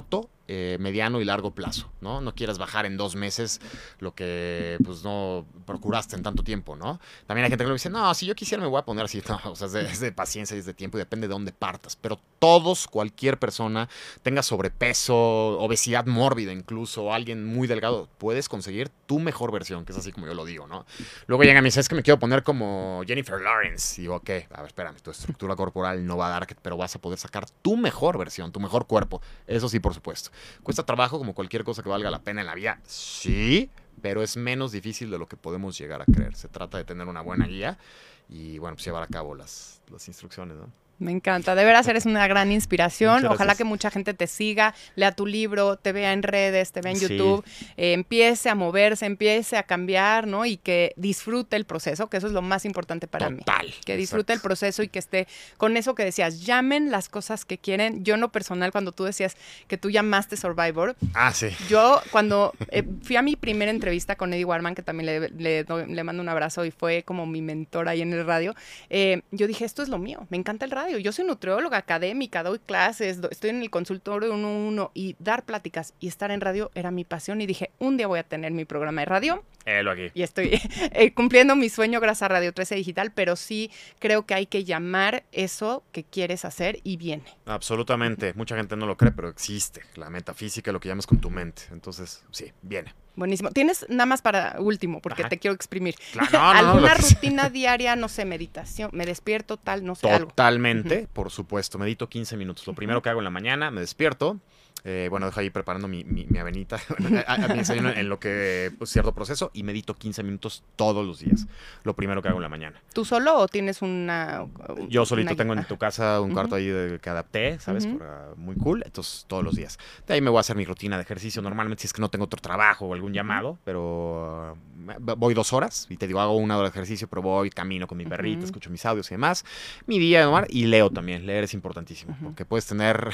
eh, mediano y largo plazo, ¿no? No quieras bajar en dos meses lo que pues no procuraste en tanto tiempo, ¿no? También hay gente que lo dice, no, si yo quisiera me voy a poner así, no, o sea, es de, es de paciencia y es de tiempo y depende de dónde partas, pero todos, cualquier persona, tenga sobrepeso, obesidad mórbida incluso, alguien muy delgado, puedes conseguir tu mejor versión, que es así como yo lo digo, ¿no? Luego llegan y me dicen, es que me quiero poner como Jennifer Lawrence, y digo, ok, a ver, espérame, tu estructura corporal no va a dar, pero vas a poder sacar tu mejor versión, tu mejor cuerpo, eso sí, por supuesto. ¿Cuesta trabajo como cualquier cosa que valga la pena en la vida? Sí, pero es menos difícil de lo que podemos llegar a creer. Se trata de tener una buena guía y, bueno, pues llevar a cabo las, las instrucciones, ¿no? Me encanta, de veras eres una gran inspiración. Ojalá que mucha gente te siga, lea tu libro, te vea en redes, te vea en YouTube, sí. eh, empiece a moverse, empiece a cambiar, ¿no? Y que disfrute el proceso, que eso es lo más importante para Total, mí. Que disfrute exacto. el proceso y que esté con eso que decías, llamen las cosas que quieren. Yo en lo personal, cuando tú decías que tú llamaste Survivor, ah, sí. yo cuando eh, fui a mi primera entrevista con Eddie Warman, que también le, le, le mando un abrazo y fue como mi mentor ahí en el radio, eh, yo dije, esto es lo mío, me encanta el radio. Yo soy nutrióloga académica, doy clases, do, estoy en el consultorio uno a uno y dar pláticas y estar en radio era mi pasión y dije, un día voy a tener mi programa de radio. Helo aquí. Y estoy eh, cumpliendo mi sueño gracias a Radio trece Digital, pero sí creo que hay que llamar eso que quieres hacer y viene. Absolutamente. Mucha gente no lo cree, pero existe. La metafísica, lo que llamas con tu mente. Entonces, sí, viene. Buenísimo. Tienes nada más para último, porque Ajá. te quiero exprimir. Claro, no, no, ¿Alguna no, rutina diaria, no sé, meditación? Me despierto, tal, no sé, Totalmente, algo. Totalmente, uh-huh. por supuesto. Medito quince minutos. Lo primero que hago en la mañana, me despierto. Eh, bueno, dejo ahí preparando mi, mi, mi avenita, a, a mi desayuno en lo que pues, cierto proceso y medito quince minutos todos los días. Lo primero que hago en la mañana. ¿Tú solo o tienes una...? Un, Yo solito una... tengo en tu casa un cuarto uh-huh. ahí de, que adapté, ¿sabes? Uh-huh. Para, muy cool, entonces todos los días. De ahí me voy a hacer mi rutina de ejercicio normalmente si es que no tengo otro trabajo o algún llamado, uh-huh. pero uh, voy dos horas y te digo, hago una hora de ejercicio, pero voy, camino con mi perrita, uh-huh. escucho mis audios y demás. Mi día de tomar y leo también, leer es importantísimo, uh-huh. porque puedes tener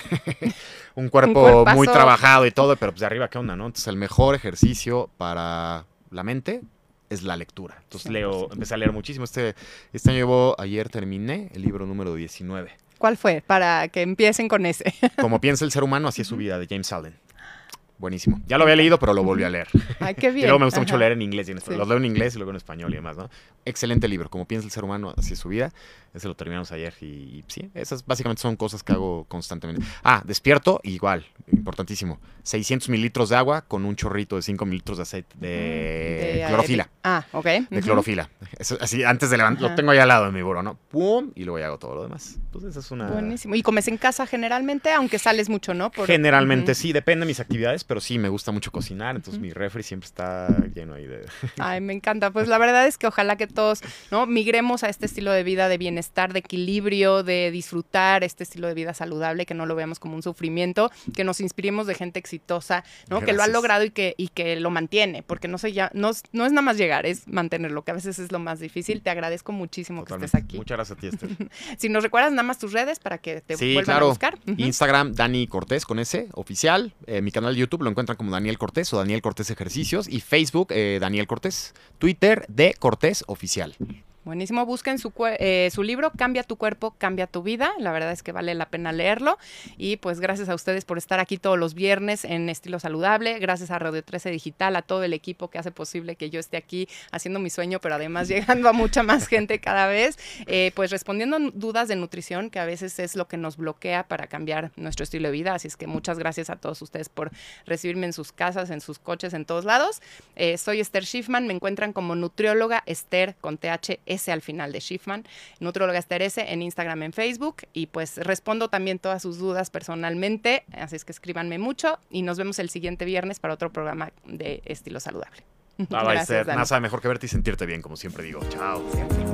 un cuerpo un muy trabajado y todo, pero pues de arriba, ¿qué onda, no? Entonces, el mejor ejercicio para la mente es la lectura. Entonces, leo, empecé a leer muchísimo. Este, este año llevo, ayer terminé el libro número diecinueve. ¿Cuál fue? Para que empiecen con ese. Como piensa el ser humano, así es su vida, de James Allen. Buenísimo. Ya lo había leído, pero lo volví a leer. Ay, qué bien. Y luego me gusta Ajá. mucho leer en inglés y en español. Sí. Los leo en inglés y luego en español y demás, ¿no? Excelente libro. Como piensa el ser humano, así es su vida. Ese lo terminamos ayer y, y sí, esas básicamente son cosas que hago constantemente. Ah, despierto, igual, importantísimo. seiscientos mililitros de agua con un chorrito de cinco mililitros de aceite de, de clorofila. Ah, ok. De uh-huh. clorofila. Eso, así, antes de levantar, lo tengo ahí al lado de mi buró, ¿no? Pum, y luego ya hago todo lo demás. Entonces, esa es una... Buenísimo. ¿Y comes en casa generalmente, aunque sales mucho, no? Por... Generalmente uh-huh. sí, depende de mis actividades, pero sí, me gusta mucho cocinar, entonces uh-huh. mi refri siempre está lleno ahí de... Ay, me encanta. Pues la verdad es que ojalá que todos, ¿no? Migremos a este estilo de vida de bienestar, de equilibrio, de disfrutar este estilo de vida saludable, que no lo veamos como un sufrimiento, que nos inspiremos de gente exitosa, ¿no? Que lo ha logrado y que, y que lo mantiene, porque no, sé ya, no, no es nada más llegar, es mantenerlo, que a veces es lo más difícil. Te agradezco muchísimo Totalmente. que estés aquí. Muchas gracias a ti, Esther. Si nos recuerdas nada más tus redes para que te sí, vuelvan claro. a buscar. Uh-huh. Instagram, Dani Cortés con ese, oficial. Eh, mi canal de YouTube lo encuentran como Daniel Cortés o Daniel Cortés Ejercicios. Y Facebook, eh, Daniel Cortés. Twitter, de Cortés Oficial. Buenísimo, busquen su, eh, su libro, Cambia tu cuerpo, cambia tu vida. La verdad es que vale la pena leerlo. Y pues gracias a ustedes por estar aquí todos los viernes en Estilo Saludable. Gracias a Radio trece Digital, a todo el equipo que hace posible que yo esté aquí haciendo mi sueño, pero además llegando a mucha más gente cada vez. Eh, pues respondiendo dudas de nutrición, que a veces es lo que nos bloquea para cambiar nuestro estilo de vida. Así es que muchas gracias a todos ustedes por recibirme en sus casas, en sus coches, en todos lados. Eh, soy Esther Schiffman, me encuentran como nutrióloga Esther con T H S al final de Schiffman, nutrióloga Esther S en Instagram, en Facebook, y pues respondo también todas sus dudas personalmente, así es que escríbanme mucho y nos vemos el siguiente viernes para otro programa de Estilo Saludable. Ah, va a ser nada sabe mejor que verte y sentirte bien, como siempre digo. Chao. Siempre.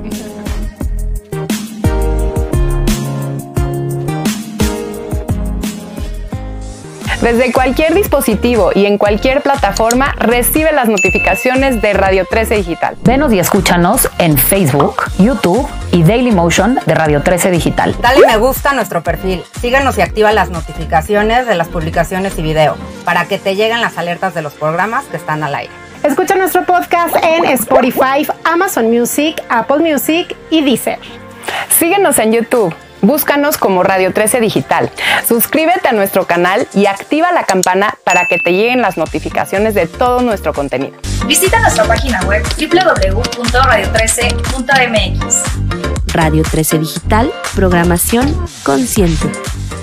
Desde cualquier dispositivo y en cualquier plataforma, recibe las notificaciones de Radio trece Digital. Venos y escúchanos en Facebook, YouTube y Dailymotion de Radio trece Digital. Dale me gusta a nuestro perfil, síguenos y activa las notificaciones de las publicaciones y video para que te lleguen las alertas de los programas que están al aire. Escucha nuestro podcast en Spotify, Amazon Music, Apple Music y Deezer. Síguenos en YouTube. Búscanos como Radio trece Digital. Suscríbete a nuestro canal y activa la campana para que te lleguen las notificaciones de todo nuestro contenido. Visita nuestra página web doble u doble u doble u punto radio trece punto m x. Radio trece Digital, programación consciente.